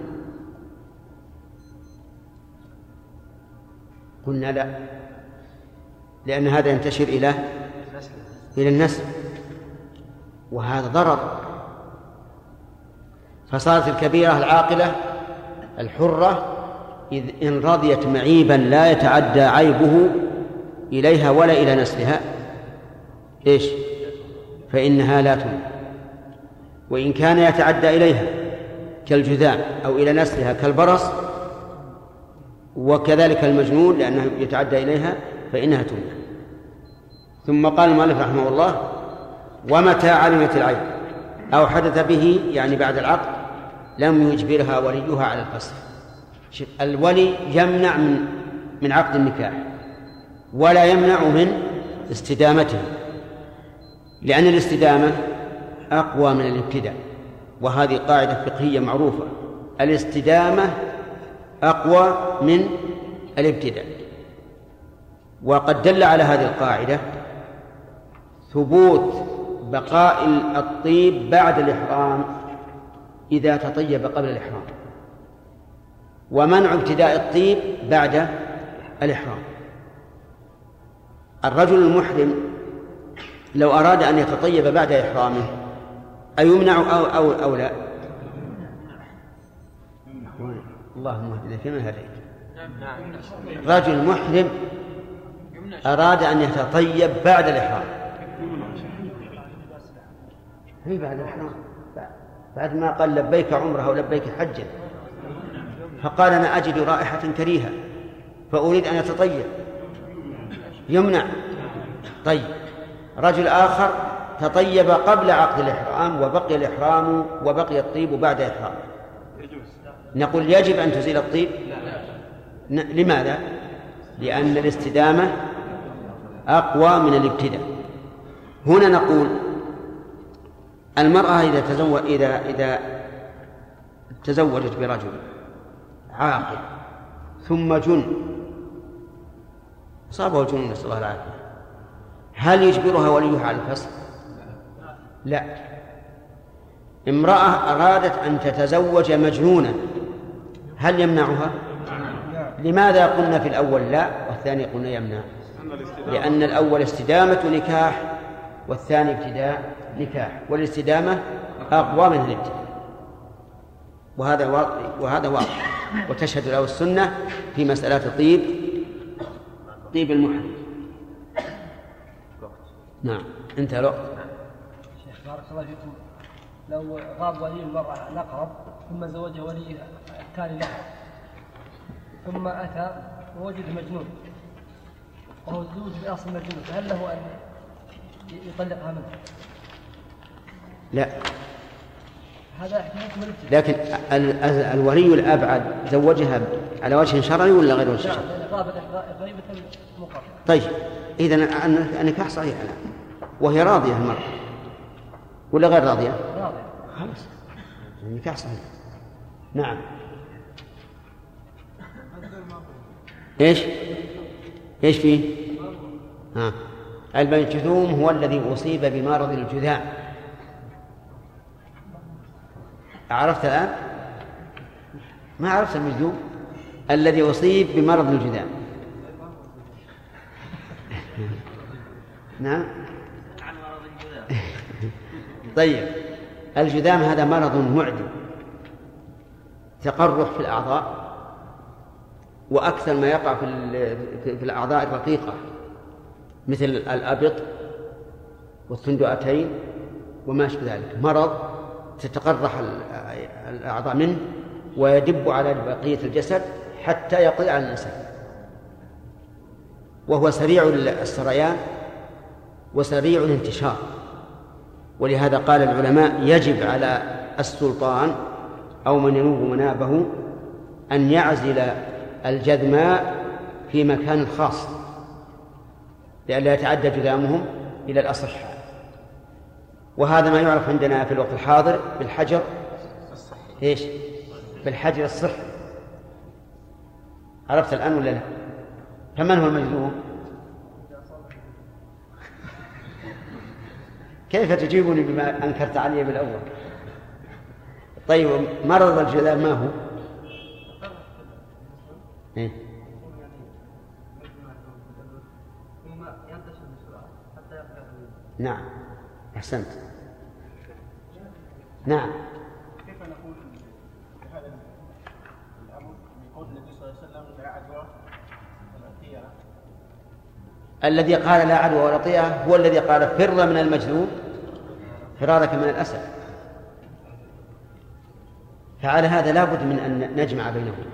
Speaker 1: قلنا لا، لأن هذا ينتشر إلى إلى النسل وهذا ضرر. فصارت الكبيرة العاقلة الحرة إذ إن رضيت معيبا لا يتعدى عيبه إليها ولا إلى نسلها إيش؟ فإنها لا تمنع. وإن كان يتعدى إليها كالجذام أو إلى نسلها كالبرص وكذلك المجنون لأنه يتعدى إليها فإنها تمنع. ثم قال المؤلف رحمه الله ومتى علمت العيب أو حدث به يعني بعد العقد لم يجبرها وليها على الفسخ. الولي يمنع من من عقد النكاح ولا يمنع من استدامته، لأن الاستدامة أقوى من الابتداء، وهذه قاعدة فقهية معروفة الاستدامة أقوى من الابتداء. وقد دل على هذه القاعدة ثبوت بقاء الطيب بعد الإحرام إذا تطيب قبل الإحرام، ومنع ابتداء الطيب بعد الإحرام. الرجل المحرم لو أراد أن يتطيب بعد إحرامه أيمنع أو, أو, أو لا؟ اللهم اهدنا فيمن هديت. رجل محرم أراد أن يتطيب بعد الإحرام، هي بعد الإحرام، بعد ما قال لبيك عمره أو لبيك حجا، فقال أنا أجد رائحة كريهة فأريد أن أتطيب، يمنع. طيب رجل آخر تطيب قبل عقد الإحرام وبقي الإحرام وبقي الطيب بعد إحرام، نقول يجب أن تزيل الطيب؟ لماذا؟ لأن الاستدامة أقوى من الابتداء. هنا نقول المرأة إذا تزوج إذا إذا تزوجت برجل عاقل ثم جن، صابه جن نسأل الله العافية، هل يجبرها وليها على الفسخ؟ لا. امرأة أرادت أن تتزوج مجنونا، هل يمنعها؟ لماذا قلنا في الأول لا والثاني قلنا يمنع؟ لأن الأول استدامة نكاح والثاني ابتداء نكاح، والاستدامة أقوى من الابتداء، وهذا وهذا واضح، وتشهد له السنة في مسألة طيب طيب المحرم. نعم انتهى الوقت.
Speaker 9: شيخ بارك الله فيكم، لو غاب ولي المرأة الأقرب ثم زوجها ولي التالي لها ثم أتى ووجد مجنون وهو زوج بأصل مجنون، فهل له أن يطلقها منه؟
Speaker 1: لا.
Speaker 9: هذا حكم
Speaker 1: لكن الولي الأبعد زوجها على وجه شرعي ولا غير وجه شرعي؟
Speaker 9: غيبة مقرر.
Speaker 1: طيب إذن النكاح صحيح الآن وهي راضية المرأة ولا غير راضية؟
Speaker 9: راضية.
Speaker 1: خلاص النكاح صحيح. نعم. إيش إيش فيه؟ ها المجذوم هو الذي أصيب بمرض الجذام. عرفت الآن؟ ما عرفت المجذوم الذي أصيب بمرض الجذام. نعم. طيب الجذام هذا مرض معدي، تقرح في الأعضاء، وأكثر ما يقع في, في الأعضاء الرقيقة مثل الأبط والثندؤتين وما أشبه ذلك، مرض تتقرح الأعضاء منه ويدب على بقية الجسد حتى يقضي على الإنسان، وهو سريع السريان وسريع الانتشار. ولهذا قال العلماء يجب على السلطان أو من ينوب منابه أن يعزل الجذماء في مكان خاص لئلا يتعدى جذامهم إلى الأصحاء. وهذا ما يعرف عندنا في الوقت الحاضر بالحجر إيش؟ بالحجر الصحي. عرفت الآن ولا لا؟ فمن هو المجذوم؟ كيف تجيبني بما أنكرت علي بالأول؟ طيب مرض الجذام ما هو؟ إيه؟ نعم أحسنت. نعم.
Speaker 12: كيف نقول بهذا الأمر يقول النبي صلى الله عليه وسلم لا عدوى ولا طيرة؟
Speaker 1: الذي قال لا عدوى ولا طيرة هو الذي قال فر من المجذوم فرارك من الأسد. فعلى هذا لا بد من أن نجمع بينهما.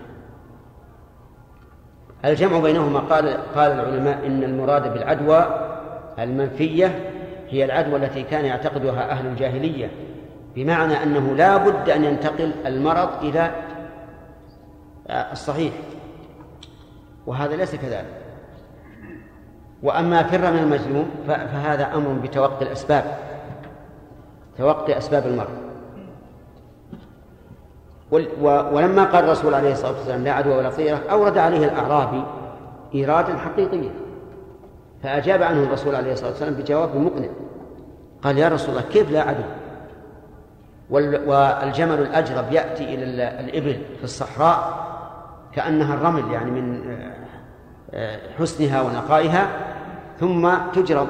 Speaker 1: الجمع بينهما قال قال العلماء إن المراد بالعدوى المنفية هي العدوى التي كان يعتقدها أهل الجاهلية، بمعنى أنه لا بد أن ينتقل المرض إلى الصحيح، وهذا ليس كذلك. وأما فر من المجذوم فهذا أمر بتوقي الأسباب، توقي أسباب المرض. ولما قال الرسول عليه الصلاة والسلام لا عدوى ولا طيرة أورد عليه الأعرابي إيرادا حقيقيا، فأجاب عنه الرسول عليه الصلاة والسلام بجواب مقنع، قال يا رسول الله كيف لا عدو؟ والجمل الأجرب يأتي إلى الإبل في الصحراء كأنها الرمل، يعني من حسنها ونقائها، ثم تجرب،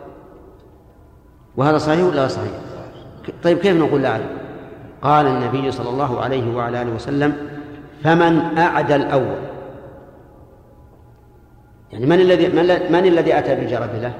Speaker 1: وهذا صحيح ولا صحيح؟ طيب كيف نقول لا عدو؟ قال النبي صلى الله عليه وعلى آله وسلم فمن أعدى الأول، يعني من الذي من الذي أتى بالجرب له؟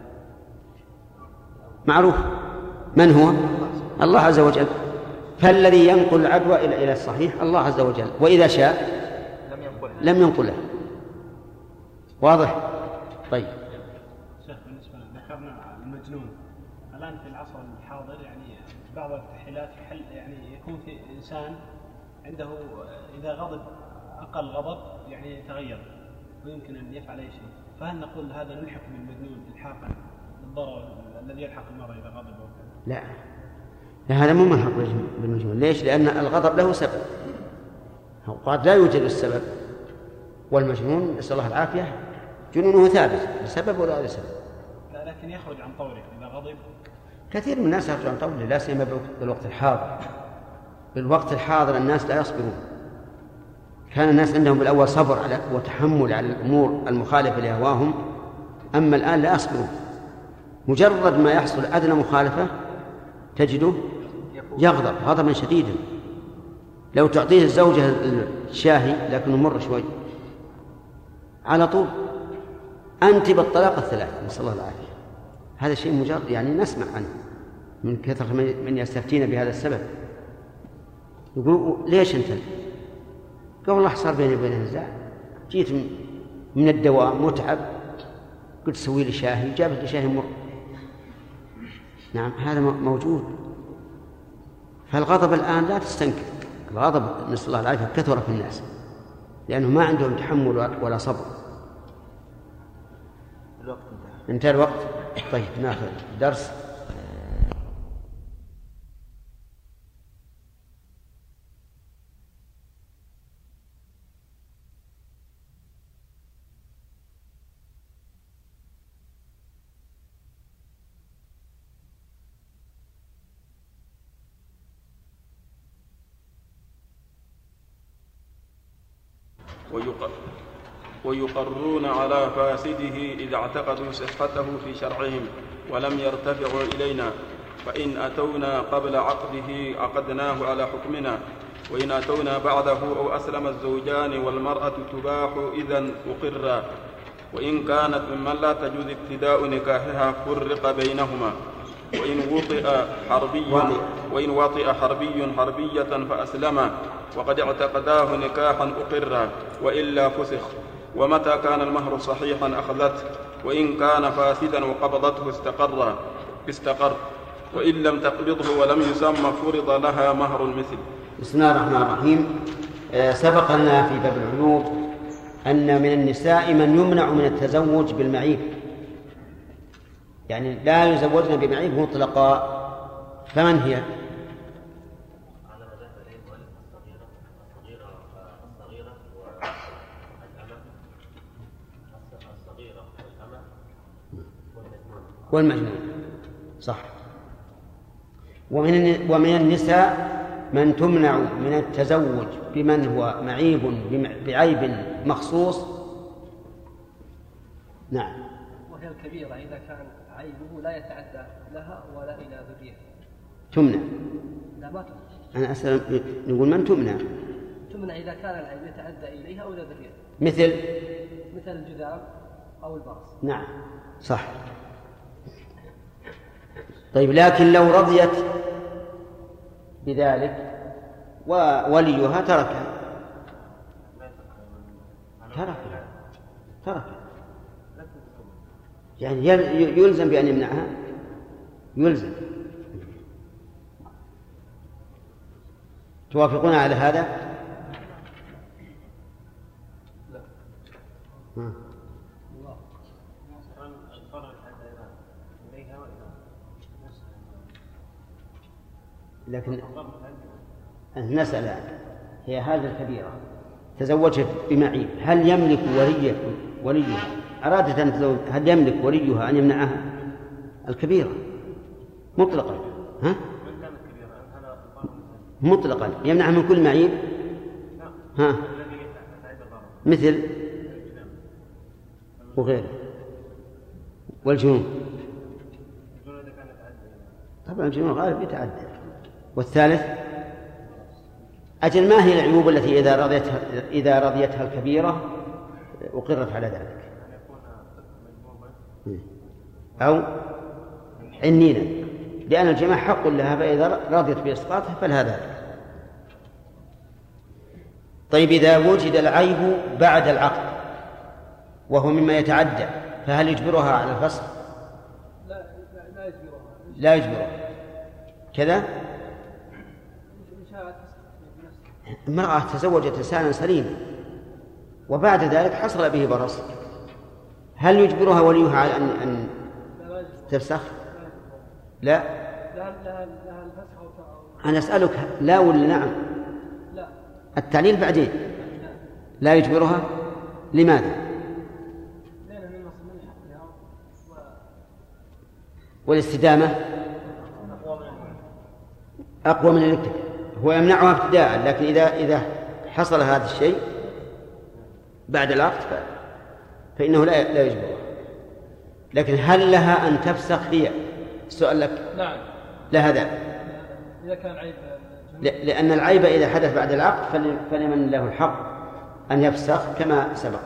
Speaker 1: معروف من هو؟ الله عز وجل. فالذي ينقل العدوى إلى إلى الصحيح الله عز وجل، وإذا شاء لم ينقلها. واضح؟ طيب.
Speaker 12: شيخ بالنسبة ذكرنا المجنون الآن في العصر الحاضر، يعني بعض التحليلات يحل يعني يكون في إنسان عنده إذا غضب أقل غضب يعني يتغير ويمكن أن يفعل أي شيء، فهل نقول هذا نلحق بالمجنون إلحاقا بالضرر الذي يلحق المرء إذا غضب وكذا؟
Speaker 1: لا، لا هذا مو ملحق بالمجنون. ليش؟ لأن الغضب له سبب، قد لا يوجد السبب، والمجنون نسأل الله العافية جنونه ثابت بسبب ولا غير سبب.
Speaker 12: لا لكن يخرج عن طوره إذا غضب.
Speaker 1: كثير من الناس يخرج عن طوره، لا سيما بالوقت الحاضر. بالوقت الحاضر الناس لا يصبرون. كان الناس عندهم بالأول صبر على وتحمل على الأمور المخالفة لهواهم، أما الآن لا يصبرون. مجرد ما يحصل أدنى مخالفة تجده يغضب غضبا شديدا. لو تعطيه الزوجة الشاهي لكنه مر شوي على طول أنت بالطلاق الثلاث، نسأل الله العافية. هذا شيء مجرد يعني نسمع عنه من كثرة من يستفتين بهذا السبب. يقول ليش أنت؟ قال والله صار بيني وبين نزاع، جيت من الدوام متعب، قلت سوي لي شاهي، جابت لي شاهي مر. نعم هذا موجود. فالغضب الآن لا تستنكر، الغضب نسأل الله العافية كثر في الناس لأنه ما عندهم تحمل ولا صبر.
Speaker 13: الوقت انتهى.
Speaker 1: انتهى الوقت. طيب ناخذ درس.
Speaker 2: ويقرون على فاسده إذا اعتقدوا صحته في شرعهم ولم يرتفعوا إلينا، فإن أتونا قبل عقده عقدناه على حكمنا، وإن أتونا بعده أو أسلم الزوجان والمرأة تباح إذن أقرا، وإن كانت ممن لا تجوز ابتداء نكاحها فرق بينهما، وإن وطئ حربي وإن وطئ حربي حربية فأسلما وقد اعتقداه نكاحا أقرا، وإلا فسخ. ومتى كان المهر صحيحا أخذته، وإن كان فاسدا وقبضته استقر استقر وإن لم تقبضه ولم يسمى فرض لها مهر المثل.
Speaker 1: بسم الله الرحمن الرحيم. سبق لنا في باب العيوب أن من النساء من يمنع من التزوج بالمعيب، يعني لا يزوجن بمعيب مطلقا. فمن هي؟ والمجنون صح. ومن ومن النساء من تمنع من التزوج بمن هو معيب بعيب مخصوص. نعم.
Speaker 9: وهي الكبيرة إذا كان عيبه لا يتعدى لها ولا إلى ذريته
Speaker 1: تمنع.
Speaker 9: لا ما تمنع.
Speaker 1: أنا أسأل نقول من تمنع؟
Speaker 9: تمنع إذا كان العيب يتعدى إليها أو إلى ذريته.
Speaker 1: مثل
Speaker 9: مثل الجذام أو البرص.
Speaker 1: نعم صح. طيب لكن لو رضيت بذلك ووليها تركها تركها تركها يعني يلزم بأن يمنعها، يلزم. توافقون على هذا؟ لا. لكن نسأل هي هذه الكبيرة تزوجت بمعيب، هل يملك ولي وليها أرادت أن تزوج، هل يملك وليها أن يمنعها؟ الكبيرة مطلقا، ها؟ مطلقا يمنعها من كل معيب، ها؟ مثل وغيره والجنون، طبعا الجنون غالب يتعدى. والثالث أجل ما هي العيوب التي إذا رضيتها إذا رضيتها الكبيرة أقرت على ذلك؟ أو عنينا، لأن الجماع حق لها، فإذا رضيت بإسقاطها فلها ذلك. طيب إذا وجد العيب بعد العقد وهو مما يتعدى فهل يجبرها على الفسخ؟
Speaker 7: لا لا يجبرها.
Speaker 1: لا يجبرها كذا. امرأة تزوجت إنسانا سليما وبعد ذلك حصل به برص، هل يجبرها وليها على أن أن تفسخ؟ لا. أنا أسألك لا ولا نعم؟
Speaker 7: لا.
Speaker 1: التعليل بعدين. لا يجبرها لماذا؟ والاستدامة أقوى من الابتداء، هو يمنعها ابتداء، لكن إذا إذا حصل هذا الشيء بعد العقد فإنه لا لا يجبرها. لكن هل لها أن تفسخ هي؟ السؤال لك.
Speaker 7: نعم.
Speaker 1: لها ذلك.
Speaker 7: إذا كان عيب.
Speaker 1: لأن العيب إذا حدث بعد العقد فلمن له الحق أن يفسخ كما سبق.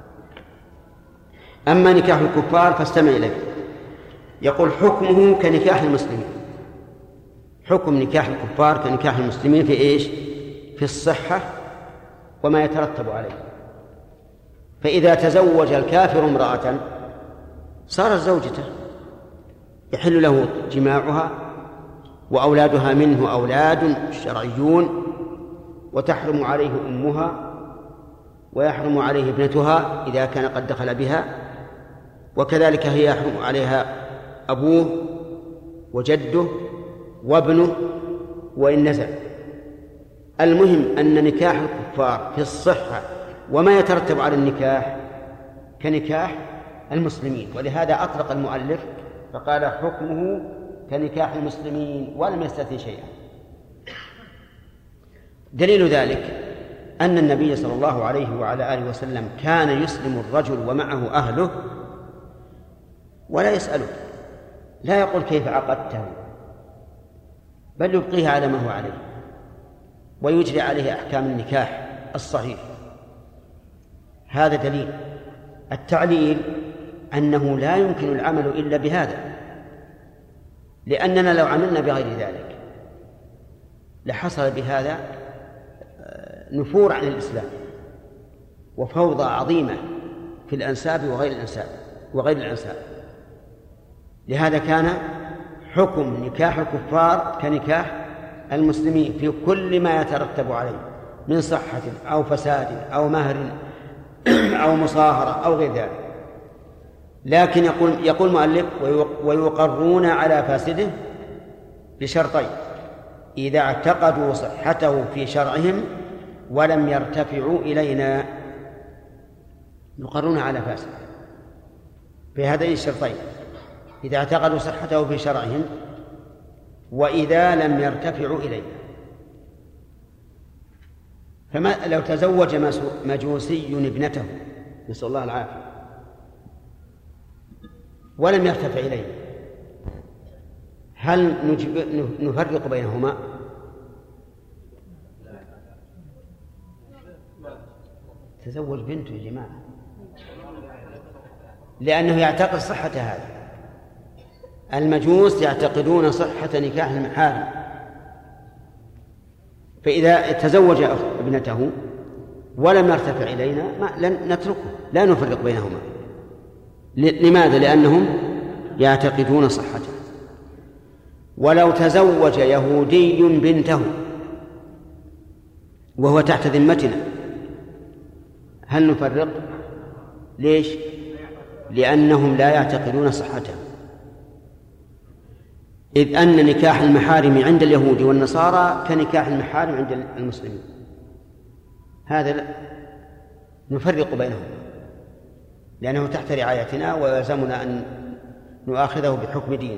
Speaker 1: أما نكاح الكفار فاستمع إليه. يقول حكمه كنكاح المسلمين. حكم نكاح الكفار كنكاح المسلمين في إيش؟ في الصحة وما يترتب عليه. فإذا تزوج الكافر امرأة صارت زوجته، يحل له جماعها وأولادها منه أولاد شرعيون، وتحرم عليه أمها ويحرم عليه ابنتها إذا كان قد دخل بها، وكذلك هي يحرم عليها أبوه وجده وابنه وإن نزل. المهم أن نكاح الكفار في الصحة وما يترتب على النكاح كنكاح المسلمين، ولهذا أطلق المؤلف فقال حكمه كنكاح المسلمين ولم يستثني شيئا. دليل ذلك أن النبي صلى الله عليه وعلى آله وسلم كان يسلم الرجل ومعه أهله ولا يسأله، لا يقول كيف عقدته، بل يبقيه على ما هو عليه ويجري عليه أحكام النكاح الصحيح. هذا دليل. التعليل أنه لا يمكن العمل إلا بهذا، لأننا لو عملنا بغير ذلك لحصل بهذا نفور عن الإسلام وفوضى عظيمة في الأنساب وغير الأنساب وغير الأنساب. لهذا كان حكم نكاح الكفار كنكاح المسلمين في كل ما يترتب عليه من صحة أو فساد أو مهر أو مصاهرة أو غير ذلك. لكن يقول يقول مؤلف ويقرون على فاسده بشرطين: إذا اعتقدوا صحته في شرعهم ولم يرتفعوا إلينا. يقرون على فاسده بهذين الشرطين: إذا اعتقدوا صحته في شرعهم وإذا لم يرتفعوا إلينا. فما لو تزوج مجوسي ابنته نسأل الله العافية ولم يرتفع إليه، هل نفرق بينهما؟ تزوج بنته يا جماعة لأنه يعتقد صحة هذا. المجوس يعتقدون صحة نكاح المحارم، فإذا تزوج ابنته ولم يرتفع إلينا ما لن نتركه، لا نفرق بينهما. لماذا؟ لأنهم يعتقدون صحته. ولو تزوج يهودي بنته وهو تحت ذمتنا هل نفرق؟ ليش؟ لأنهم لا يعتقدون صحته، إذ أن نكاح المحارم عند اليهود والنصارى كنكاح المحارم عند المسلمين. هذا نفرق بينهم لأنه تحت رعايتنا ويلزمنا أن نؤاخذه بحكم دينه.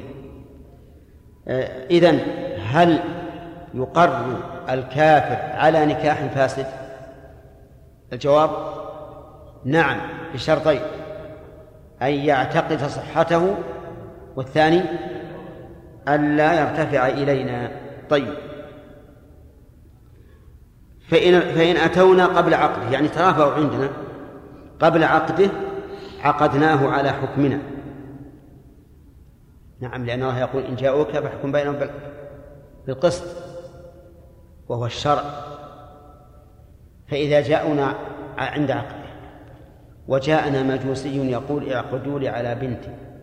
Speaker 1: إذن هل يقر الكافر على نكاح فاسد؟ الجواب نعم، بشرطين: أن يعتقد صحته، والثاني ألا يرتفع إلينا. طيب، فإن, فإن أتونا قبل عقده، يعني ترافعوا عندنا قبل عقده، عقدناه على حكمنا. نعم، لأن الله يقول: إن جاءوك فاحكم بينهم بالقسط، وهو الشرع. فإذا جاءنا عند عقده وجاءنا مجوسي يقول: اعقدوا لي على بنتي،